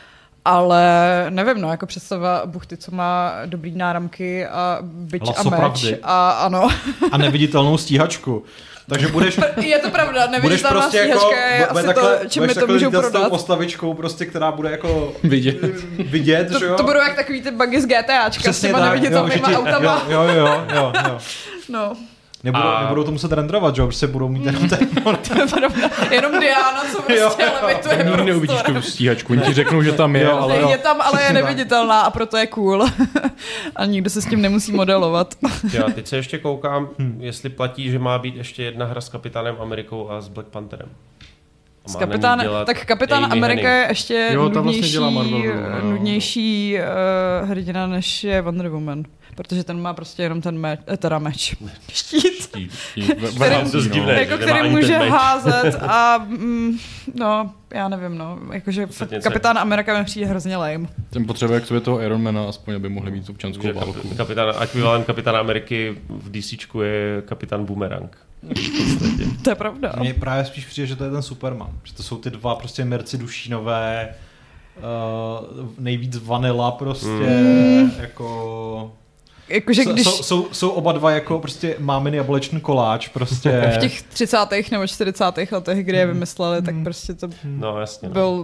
Ale nevím, no, jako představa buchty, co má dobrý náramky a bič a meč. A, ano. A neviditelnou stíhačku. Takže budeš... Je to pravda, neviditelná prostě stíhačka jako, je asi takhle, to, čím mi to můžou prodat. Budeš postavičkou, prostě, která bude jako vidět, vidět to, že jo? To budou jak takový ty bugy z GTAčka s těma neviditelnýma autama. Jo, jo, jo, jo, jo. No. Nebudou, a... nebudou to muset renderovat, že jo, protože budou mít jenom ten to je pravda. Jenom Diana, co prostě levituje prostor. Nikdy neuvidíš tu stíhačku, oni ti řeknou, že tam je, jo, ale... Je tam, ale je neviditelná a proto je cool. A nikdo se s tím nemusí modelovat. Já teď se ještě koukám, hmm. jestli platí, že má být ještě jedna hra s Kapitánem Amerikou a s Black Pantherem. S kapitán, tak Kapitán Amy Amerika Hennig. je ještě Jo, ta nudnější, vlastně dělá Marvel, no. nudnější uh, hrdina, než je Wonder Woman. Protože ten má prostě jenom ten meč, teda meč. Štít. Štít, štít. Který, dost divné, jako, že nemá který ani může ten meč. házet a mm, no, já nevím, no. Jakože Kapitán Amerika mi přijde hrozně lame. Ten potřebuje k sobě toho Ironmana, aspoň aby mohli mít občanskou Že válku. kapitán, ekvivalent Kapitána Ameriky v DCčku je Kapitán Boomerang. To je pravda. Mně právě spíš přijde, že to je ten Superman. Že to jsou ty dva prostě Merci Dušínové, uh, nejvíc vanila prostě, mm. jako... Jakože když... Jsou, jsou, jsou oba dva jako prostě máminy jablečný koláč, prostě... V těch třicátých nebo čtyřicátých letech, kdy je vymysleli, tak prostě to No, jasně. No. byl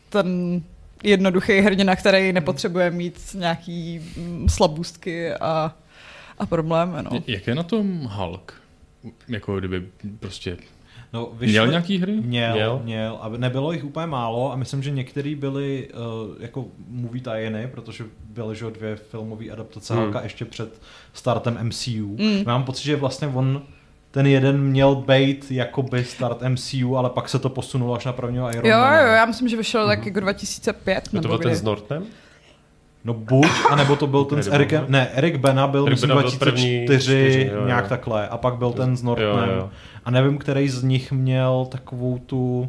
ten jednoduchý hrdina, který nepotřebuje mít nějaký mm, slabůstky a, a problémy, no. Jak je na tom Hulk? Jako kdyby prostě... No, vyšli, měl nějaký hry? Měl, Měl. měl. A nebylo jich úplně málo a myslím, že některý byly uh, jako movie tie-iny, protože byly že dvě filmové adaptace Hmm. Hulka ještě před startem M C U. Mm. Mám pocit, že vlastně on ten jeden měl být jakoby start M C U, ale pak se to posunulo až na prvního Iron Jo, Mana. jo, já myslím, že vyšel tak jako dva tisíce pět To nebo byl ten kdy. s Nortem? No buď, anebo to byl ten Ne, s nebyl, Erikem, ne? ne, Eric Bana byl Eric myslím Bana byl dva tisíce čtyři, první čtyři, jo, jo. nějak takhle, a pak byl ten s Nortnem. Jo, jo. A nevím, který z nich měl takovou tu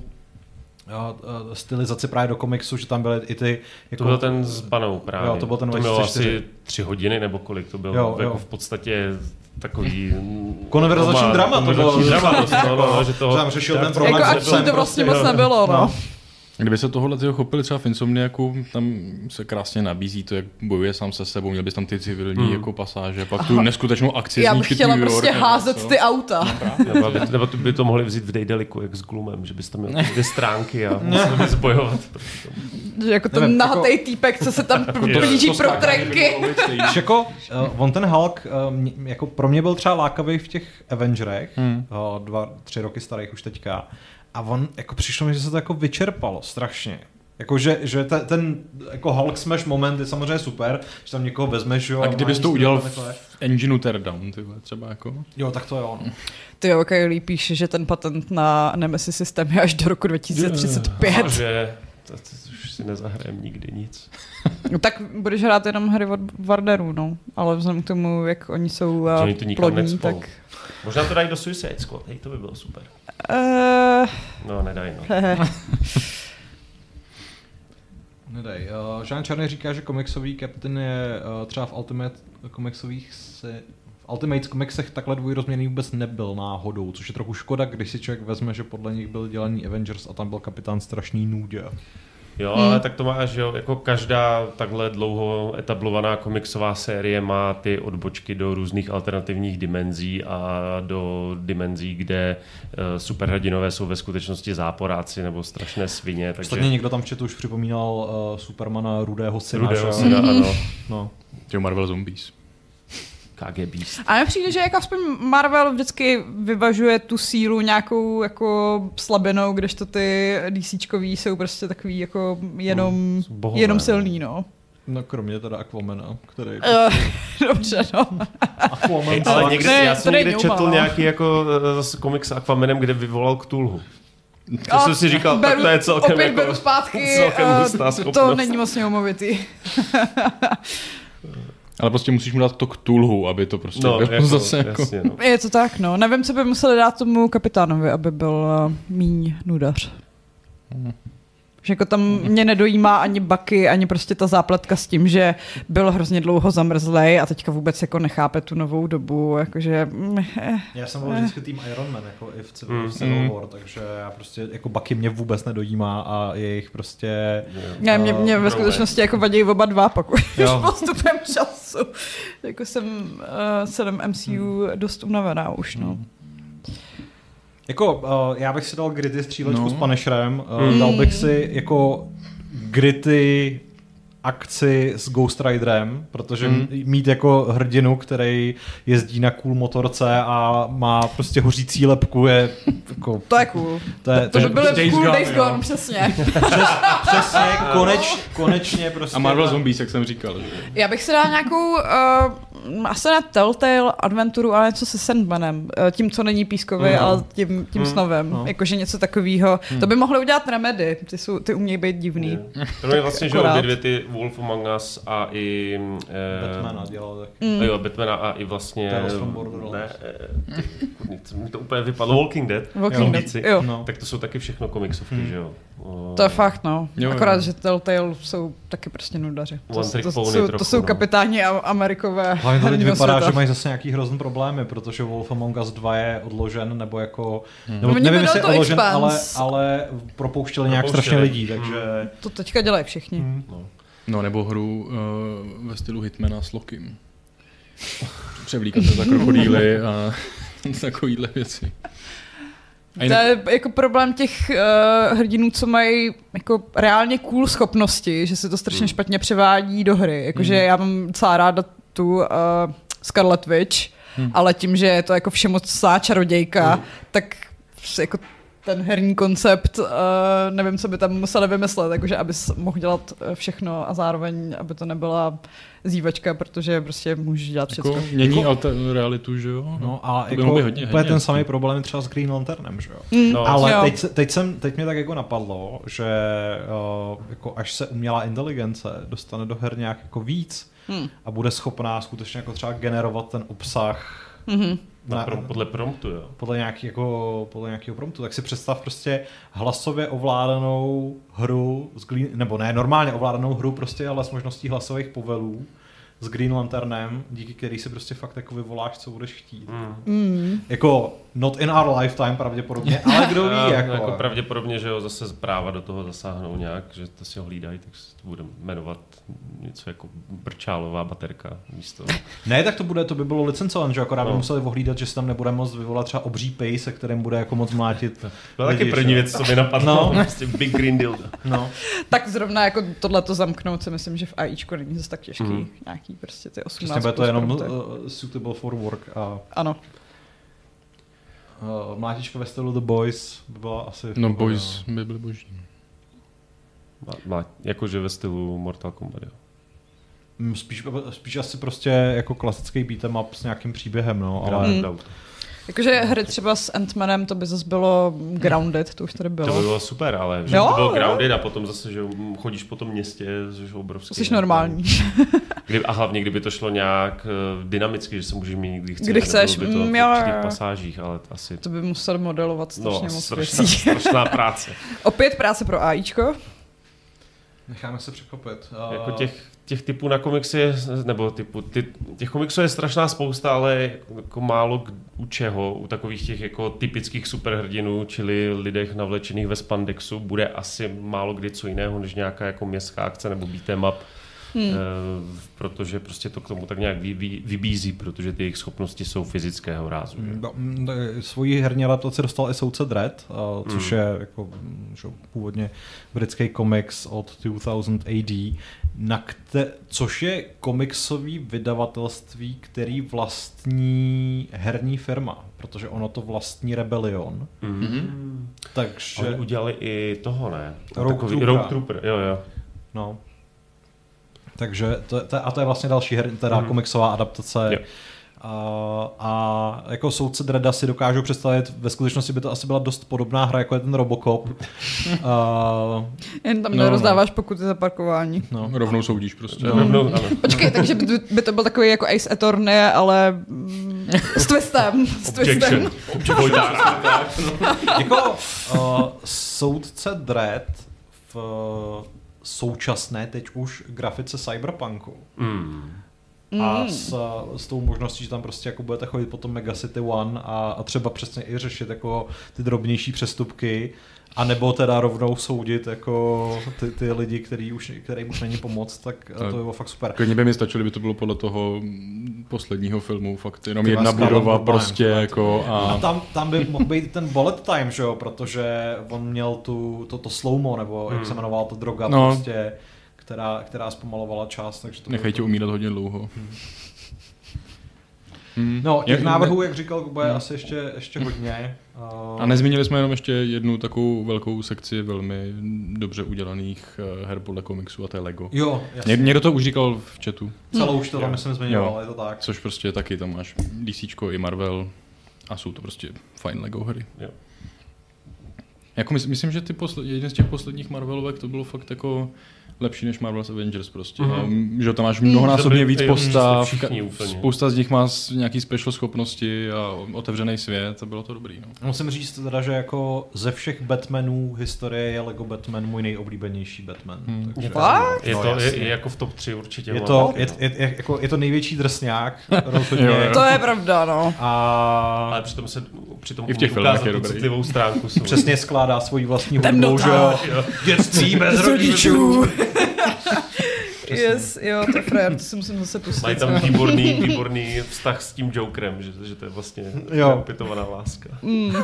jo, stylizaci právě do komiksu, že tam byly i ty... Jako, To byl ten s Banou právě. Jo, to byl ten to mělo dva tisíce čtyři. asi tři hodiny, nebo kolik to bylo. Jo, jako jo. v podstatě takový... Konverzační Doma- drama to bylo. konverzační drama, dost, no, no, že toho... Tam řešil ten problém Jako s akční obsahem to vlastně prostě, moc jo. nebylo, no. No. Kdyby se tohohle tyho chopili třeba v Insomniaku, tam se krásně nabízí to, jak bojuje sám se sebou, měl bys tam ty civilní Hmm. jako pasáže, pak tu neskutečnou akci Já bych zničit chtěla New York, prostě nebo házet co. ty auta. Nebo by, nebo by to mohli vzít v Daedaliku, jak s Gloomem, že bys tam měl dvě stránky a musel bys bojovat. Že jako ten Nevím, nahatej týpek, co se tam plíží pro trenky. Víš, jako, uh, on ten Hulk uh, mě, jako pro mě byl třeba lákavý v těch Avengerech, Hmm. uh, dva, tři roky starých už teďka, a on, jako přišlo mi, že se to jako vyčerpalo strašně. Jako, že, že ten, ten jako Hulk smash moment je samozřejmě super, že tam někoho vezmeš, jo. A kdybys má to nic udělal takhle. v engineu Teardown, tyhle, třeba jako. Jo, tak to jo, no. Ty jo, Kylie píše, že ten patent na Nemesis systém je až do roku dva tisíce třicet pět. A že to, to, už si nezahrajem nikdy nic. No tak budeš hrát jenom hry od Warnerů, no. Ale vzhledem k tomu, jak oni jsou Že uh, oni to nikam plodní, necpou. tak... Možná to dají do Suicide Squad, hej, to by bylo super. Uh, No, nedají, no. Nedej. Uh, Jean Černý říká, že komiksový Captain je uh, třeba v Ultimate komiksových se... V Ultimate komiksech takhle dvojrozměrný vůbec nebyl náhodou, což je trochu škoda, když si člověk vezme, že podle nich byl dělaný Avengers a tam byl kapitán strašný nůdě. Jo, Hmm. ale tak to máš, jo, jako každá takhle dlouho etablovaná komiksová série má ty odbočky do různých alternativních dimenzí a do dimenzí, kde uh, superhrdinové jsou ve skutečnosti záporáci nebo strašné svině, takže... Ostatně někdo tam v chatu už připomínal uh, Supermana Rudého syna. Rudého že? syna, ano. No. Jo, Marvel Zombies. K G Beast. a mně přijde, že jako aspoň Marvel vždycky vyvažuje tu sílu nějakou jako slabinou, kdežto ty DCčkový jsou prostě takový jako jenom, Jsou bohové, jenom no. silný, no. No kromě teda Aquamana, který... Uh, dobře, no. Aquaman Ej, ale fakt- někde, Ne, já to jsem není někde četl Newman, no. nějaký jako uh, zase komiks s Aquamanem, kde vyvolal Cthulhu. To A jsem si říkal, tak to je celkem opět jako, beru zpátky, celkem uh, hustá to schopnost. není moc neumovitý. Ale prostě musíš mu dát to Cthulhu, aby to prostě No, bylo jako, zase jako... jasně, no. Je to tak, no. Nevím, co by museli dát tomu kapitánovi, aby byl uh, míň nudař. Že jako tam mě nedojímá ani Bucky, ani prostě ta zápletka s tím, že byl hrozně dlouho zamrzlej a teďka vůbec jako nechápe tu novou dobu, jakože... eh. Já jsem byl vždycky tým Iron Man, jako i v Civil, Mm. v Civil Mm. War, takže já prostě, jako Bucky mě vůbec nedojímá a jejich prostě... Ne, mě, mě ve Uh, skutečnosti jako vadí oba dva pak už Jo. postupem času. Jako jsem uh, celém M C U dost unavená už, no. Jako, uh, já bych si dal gritty střílečku No. s Punisherem, uh, Mm. dal bych si jako gritty akci s Ghost Riderem, protože Mm. mít jako hrdinu, který jezdí na cool motorce a má prostě hořící lepku je jako... To je cool. To, je, To by že- byly Days cool Gone, Days jo. Gone, přesně. Přesně, koneč, konečně prostě... A Marvel ta- Zombies, jak jsem říkal. Že? Já bych si dala nějakou uh, asi ne Telltale Adventuru, ale něco se Sandmanem. Tím, co není pískový, mm. ale tím, tím mm. snovem. No. Jakože něco takového. Mm. To by mohlo udělat Remedy. Ty, jsou, ty umějí být divný. To je vlastně, že obě dvě ty Wolf Among Us a i... Eh, Batmana dělal taky. Mm. Jo, Batmana a i vlastně... Ne, mi to úplně vypadlo. Walking Dead. Walking Dead, jo. No. Tak to jsou taky všechno komiksovky, hmm. že jo? O... To je fakt, no. Jo, akorát, jo. že Telltale jsou taky prostě nudaři. To, to, to, to, jsou, to jsou no. kapitáni Amerikové. Hlavně to teď vypadá, světa. Že mají zase nějaký hrozný problémy, protože Wolf Among Us dva je odložen, nebo jako... Hmm. Nebo, nevím, jestli je odložen, ale, ale propouštěli nějak strašně lidí, takže... To teďka dělají všichni. Hmm. No. no, nebo hru uh, ve stylu Hitmana s Lokim. Převlíkat se za krokodýly a takovýhle věci. To je jako problém těch uh, hrdinů, co mají jako reálně cool schopnosti, že se to strašně mm. špatně převádí do hry. Jakože mm. já mám docela ráda tu uh, Scarlet Witch, mm. ale tím, že je to jako všemocná čarodějka, mm. tak jako ten herní koncept, uh, nevím, co by tam museli vymyslet, takže abys mohl dělat všechno a zároveň, aby to nebyla zývačka, protože prostě můžeš dělat všechno. Jako mění jako, realitu, že jo? No a jako hodně, úplně hodně, ten samý problém třeba s Green Lanternem, že jo? Mm. No, ale teď, teď, jsem, teď mě tak jako napadlo, že uh, jako až se umělá inteligence dostane do her nějak jako víc mm. a bude schopná skutečně jako třeba generovat ten obsah mm-hmm. Na, na, podle promptu, jo. Podle, nějaký, jako, podle nějakého promptu. Tak si představ prostě hlasově ovládanou hru, z Green, nebo ne, normálně ovládanou hru prostě, ale s možností hlasových povelů s Green Lanternem, díky který si prostě fakt jako vyvoláš, co budeš chtít. Mm. Mm. Jako not in our lifetime pravděpodobně, ale kdo ví, jako. jako pravděpodobně, že jo, zase práva do toho zasáhnou nějak, že to si ho hlídají, tak se to bude jmenovat něco jako brčálová baterka místo. Ne, tak to bude, to by bylo licencované, že akorát no. by museli ohlídat, že se tam nebude moct vyvolat třeba obří pej, se kterým bude jako moc mlátit. To je taky první věc, co mi napadlo, no. Prostě Big Green Dildo. No. Tak zrovna jako tohleto zamknout si myslím, že v AIčko není zase tak těžký. Mm. Nějaký prostě ty osmnáct. Přesně bude to jenom uh, suitable for work. A... Ano. Uh, mlátička ve stylu The Boys by byla asi... No Boys by byly boží. Má, má, jakože ve stylu Mortal Kombat, jo. Spíš, spíš asi prostě jako klasický beat'em up s nějakým příběhem, no, ale... Mm. Jakože hry třeba s Ant-Manem, to by zase bylo Grounded, to už tady bylo. To by bylo super, ale že jo, to bylo Grounded a potom zase, že chodíš po tom městě, že je obrovský. Jsi normální. Kdyby, a hlavně, kdyby to šlo nějak uh, dynamicky, že se můžeš mít, kdy chceš. Kdy chceš, by to mm, v těch pasážích, ale asi... To by musel modelovat strašně no, moc strašná, věcí. strašná práce. Opět práce pro AIčko. Necháme se překvapit. Uh... Jako těch, těch typů na komiksy, nebo typu, ty, těch komiksů je strašná spousta, ale jako málo k, u čeho, u takových těch jako typických superhrdinů, čili lidech navlečených ve spandexu, bude asi málo kdy co jiného, než nějaká jako městská akce nebo beat'em up. Hmm. E, protože prostě to k tomu tak nějak vy, vy, vybízí, protože ty jejich schopnosti jsou fyzického rázu. Hmm. Svoji herní adaptaci dostal i Soudce Dredd, což hmm. je jako, že, původně britský komiks od two thousand A D, na kte, což je komiksový vydavatelství, který vlastní herní firma, protože ono to vlastní Rebellion. Hmm. Takže... Ale udělali i toho, ne? Rogue Trooper. Rogue Trooper, jo, jo. No. Takže to, to, a to je vlastně další her, teda mm. komiksová adaptace. Yep. A, a jako Soudce Dredda si dokážu představit, ve skutečnosti by to asi byla dost podobná hra, jako je ten Robocop. a, Jen tam no, nerozdáváš no. pokuty za parkování. No. Rovnou soudíš prostě. No. Rovnou, ano. Počkej, takže by, by to byl takový jako Ace Attorney, ale s twistem. S twistem. Jako uh, Soudce Dredd v současné teď už grafice cyberpunku. Mm. A s, s tou možností, že tam prostě jako budete chodit po tom Megacity One a, a třeba přesně i řešit jako ty drobnější přestupky, a nebo teda rovnou soudit jako ty, ty lidi, který už, kterým už není pomoc, tak to by bylo fakt super. Klidně by mi stačilo, by to bylo podle toho posledního filmu, fakt jenom jedna jedna budova prostě jako a... a tam, tam by mohl být ten bullet time, že jo, protože on měl tu, to, to slow-mo, nebo hmm. jak se jmenovala to droga no. prostě, která, která zpomalovala čas, takže to Nechaj tě umírat hodně dlouho. Hmm. Hmm. No, těch návrhů, jak říkal Kuba, je hmm. asi ještě, ještě hodně. A nezmínili jsme jenom ještě jednu takovou velkou sekci velmi dobře udělaných her podle komiksu a to je Lego. Jo, jasně. Někdo to už říkal v chatu. Celou už to tam myslím zmiňoval, je to tak. Což prostě taky tam máš DCčko i Marvel a jsou to prostě fajn Lego hry. Jo. Jako mysl, myslím, že ty posled, jeden z těch posledních Marvelovek to bylo fakt jako lepší než Marvel's Avengers prostě. Mm-hmm. A, že tam máš mnohonásobně víc postav, spousta z nich má nějaký special schopnosti a otevřený svět a bylo to dobrý. No. Musím říct teda, že jako ze všech Batmanů historie je Lego Batman můj nejoblíbenější Batman. Hmm. Takže, je, no, to, je, je jako v top tři určitě. Je to, je, je, je, jako, je to největší drsňák, rozhodně. jo, jo. To je pravda, no. A... Ale přitom se přitom i v těch filmech je dobrý. Citlivou stránku. Přesně skládá svoji vlastní hudbu, že jo. Dětství bez rodičů. Yes, jo, to je frajer, to si musím zase pustit. Mají tam výborný, výborný vztah s tím Jokerem, že, že to je vlastně neopětovaná láska. Mm.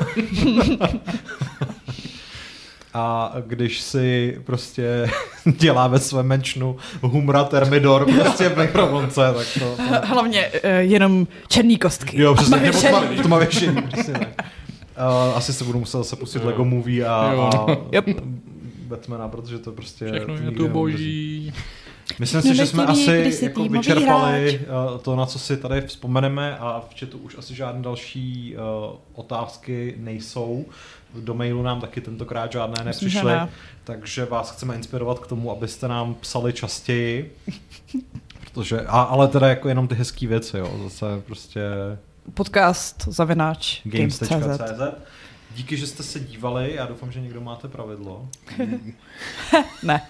A když si prostě dělá ve svém menšnu Humra Thermidor prostě v mikrovlnce, tak to... to... Hlavně uh, jenom černý kostky. Jo, přesně, nebo tmavě, tmavě šedý, přesně tak. Uh, asi se budu muset zase pustit Lego Movie a, a yep. Batmana, protože to prostě... Všechno je tu boží. Myslím si, že jsme asi jako vyčerpali uh, to, na co si tady vzpomeneme a v chatu už asi žádné další uh, otázky nejsou. Do mailu nám taky tentokrát žádné nepřišly, takže vás chceme inspirovat k tomu, abyste nám psali častěji. Protože, a, ale teda jako jenom ty hezký věci, jo, zase prostě... Podcast zavináč games tečka cé zet. Díky, že jste se dívali, já doufám, že někdo máte pravidlo. Ne.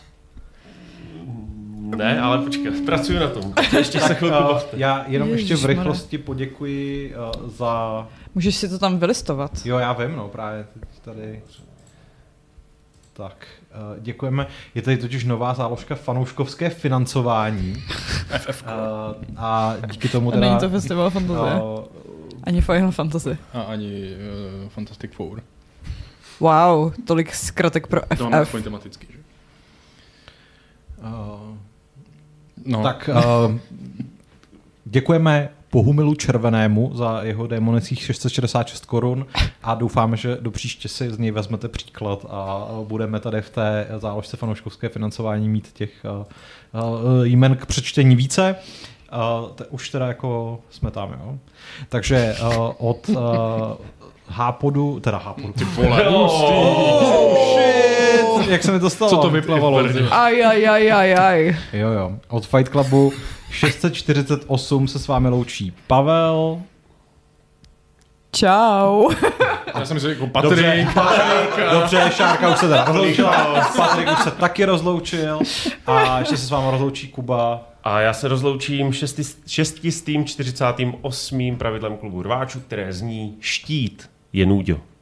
Ne, ale počkej, pracuji na tom. Ještě se chvilku bavte. Já jenom Ježiš, ještě v rychlosti poděkuji uh, za... Můžeš si to tam vylistovat. Jo, já vím, no, právě tady... Tak, uh, děkujeme. Je tady totiž nová záložka fanouškovské financování. F F K. Uh, a díky tomu teda... A není to Festival Fantasy. Uh, ani Final Fantasy. A ani uh, Fantastic Four. Wow, tolik zkratek pro F F. To mám aspoň tematický, že? Uh, no. Tak uh, děkujeme Bohumilu Červenému za jeho démonických šest set šedesát šest korun a doufáme, že do příště si z něj vezmete příklad a budeme tady v té záložce fanouškovské financování mít těch uh, uh, jmen k přečtení více. Uh, te, už teda jako jsme tam, jo. Takže uh, od uh, Hápodu, teda Hápodu. Ty vole, oh, shit! Jak se mi to stalo? Co to vyplavalo? Aj, aj, aj, aj, aj. Jo, jo. Od Fight Clubu šest set čtyřicet osm se s vámi loučí Pavel. Čau. Já jsem myslel jako Patrik. Dobře, Patrik, dobře, Šárka už se teda rozloučila, Patrik už se taky rozloučil a ještě se s vámi rozloučí Kuba. A já se rozloučím šestistým čtyřicátým osmým pravidlem klubu rváčů, které zní štít je Nůďo.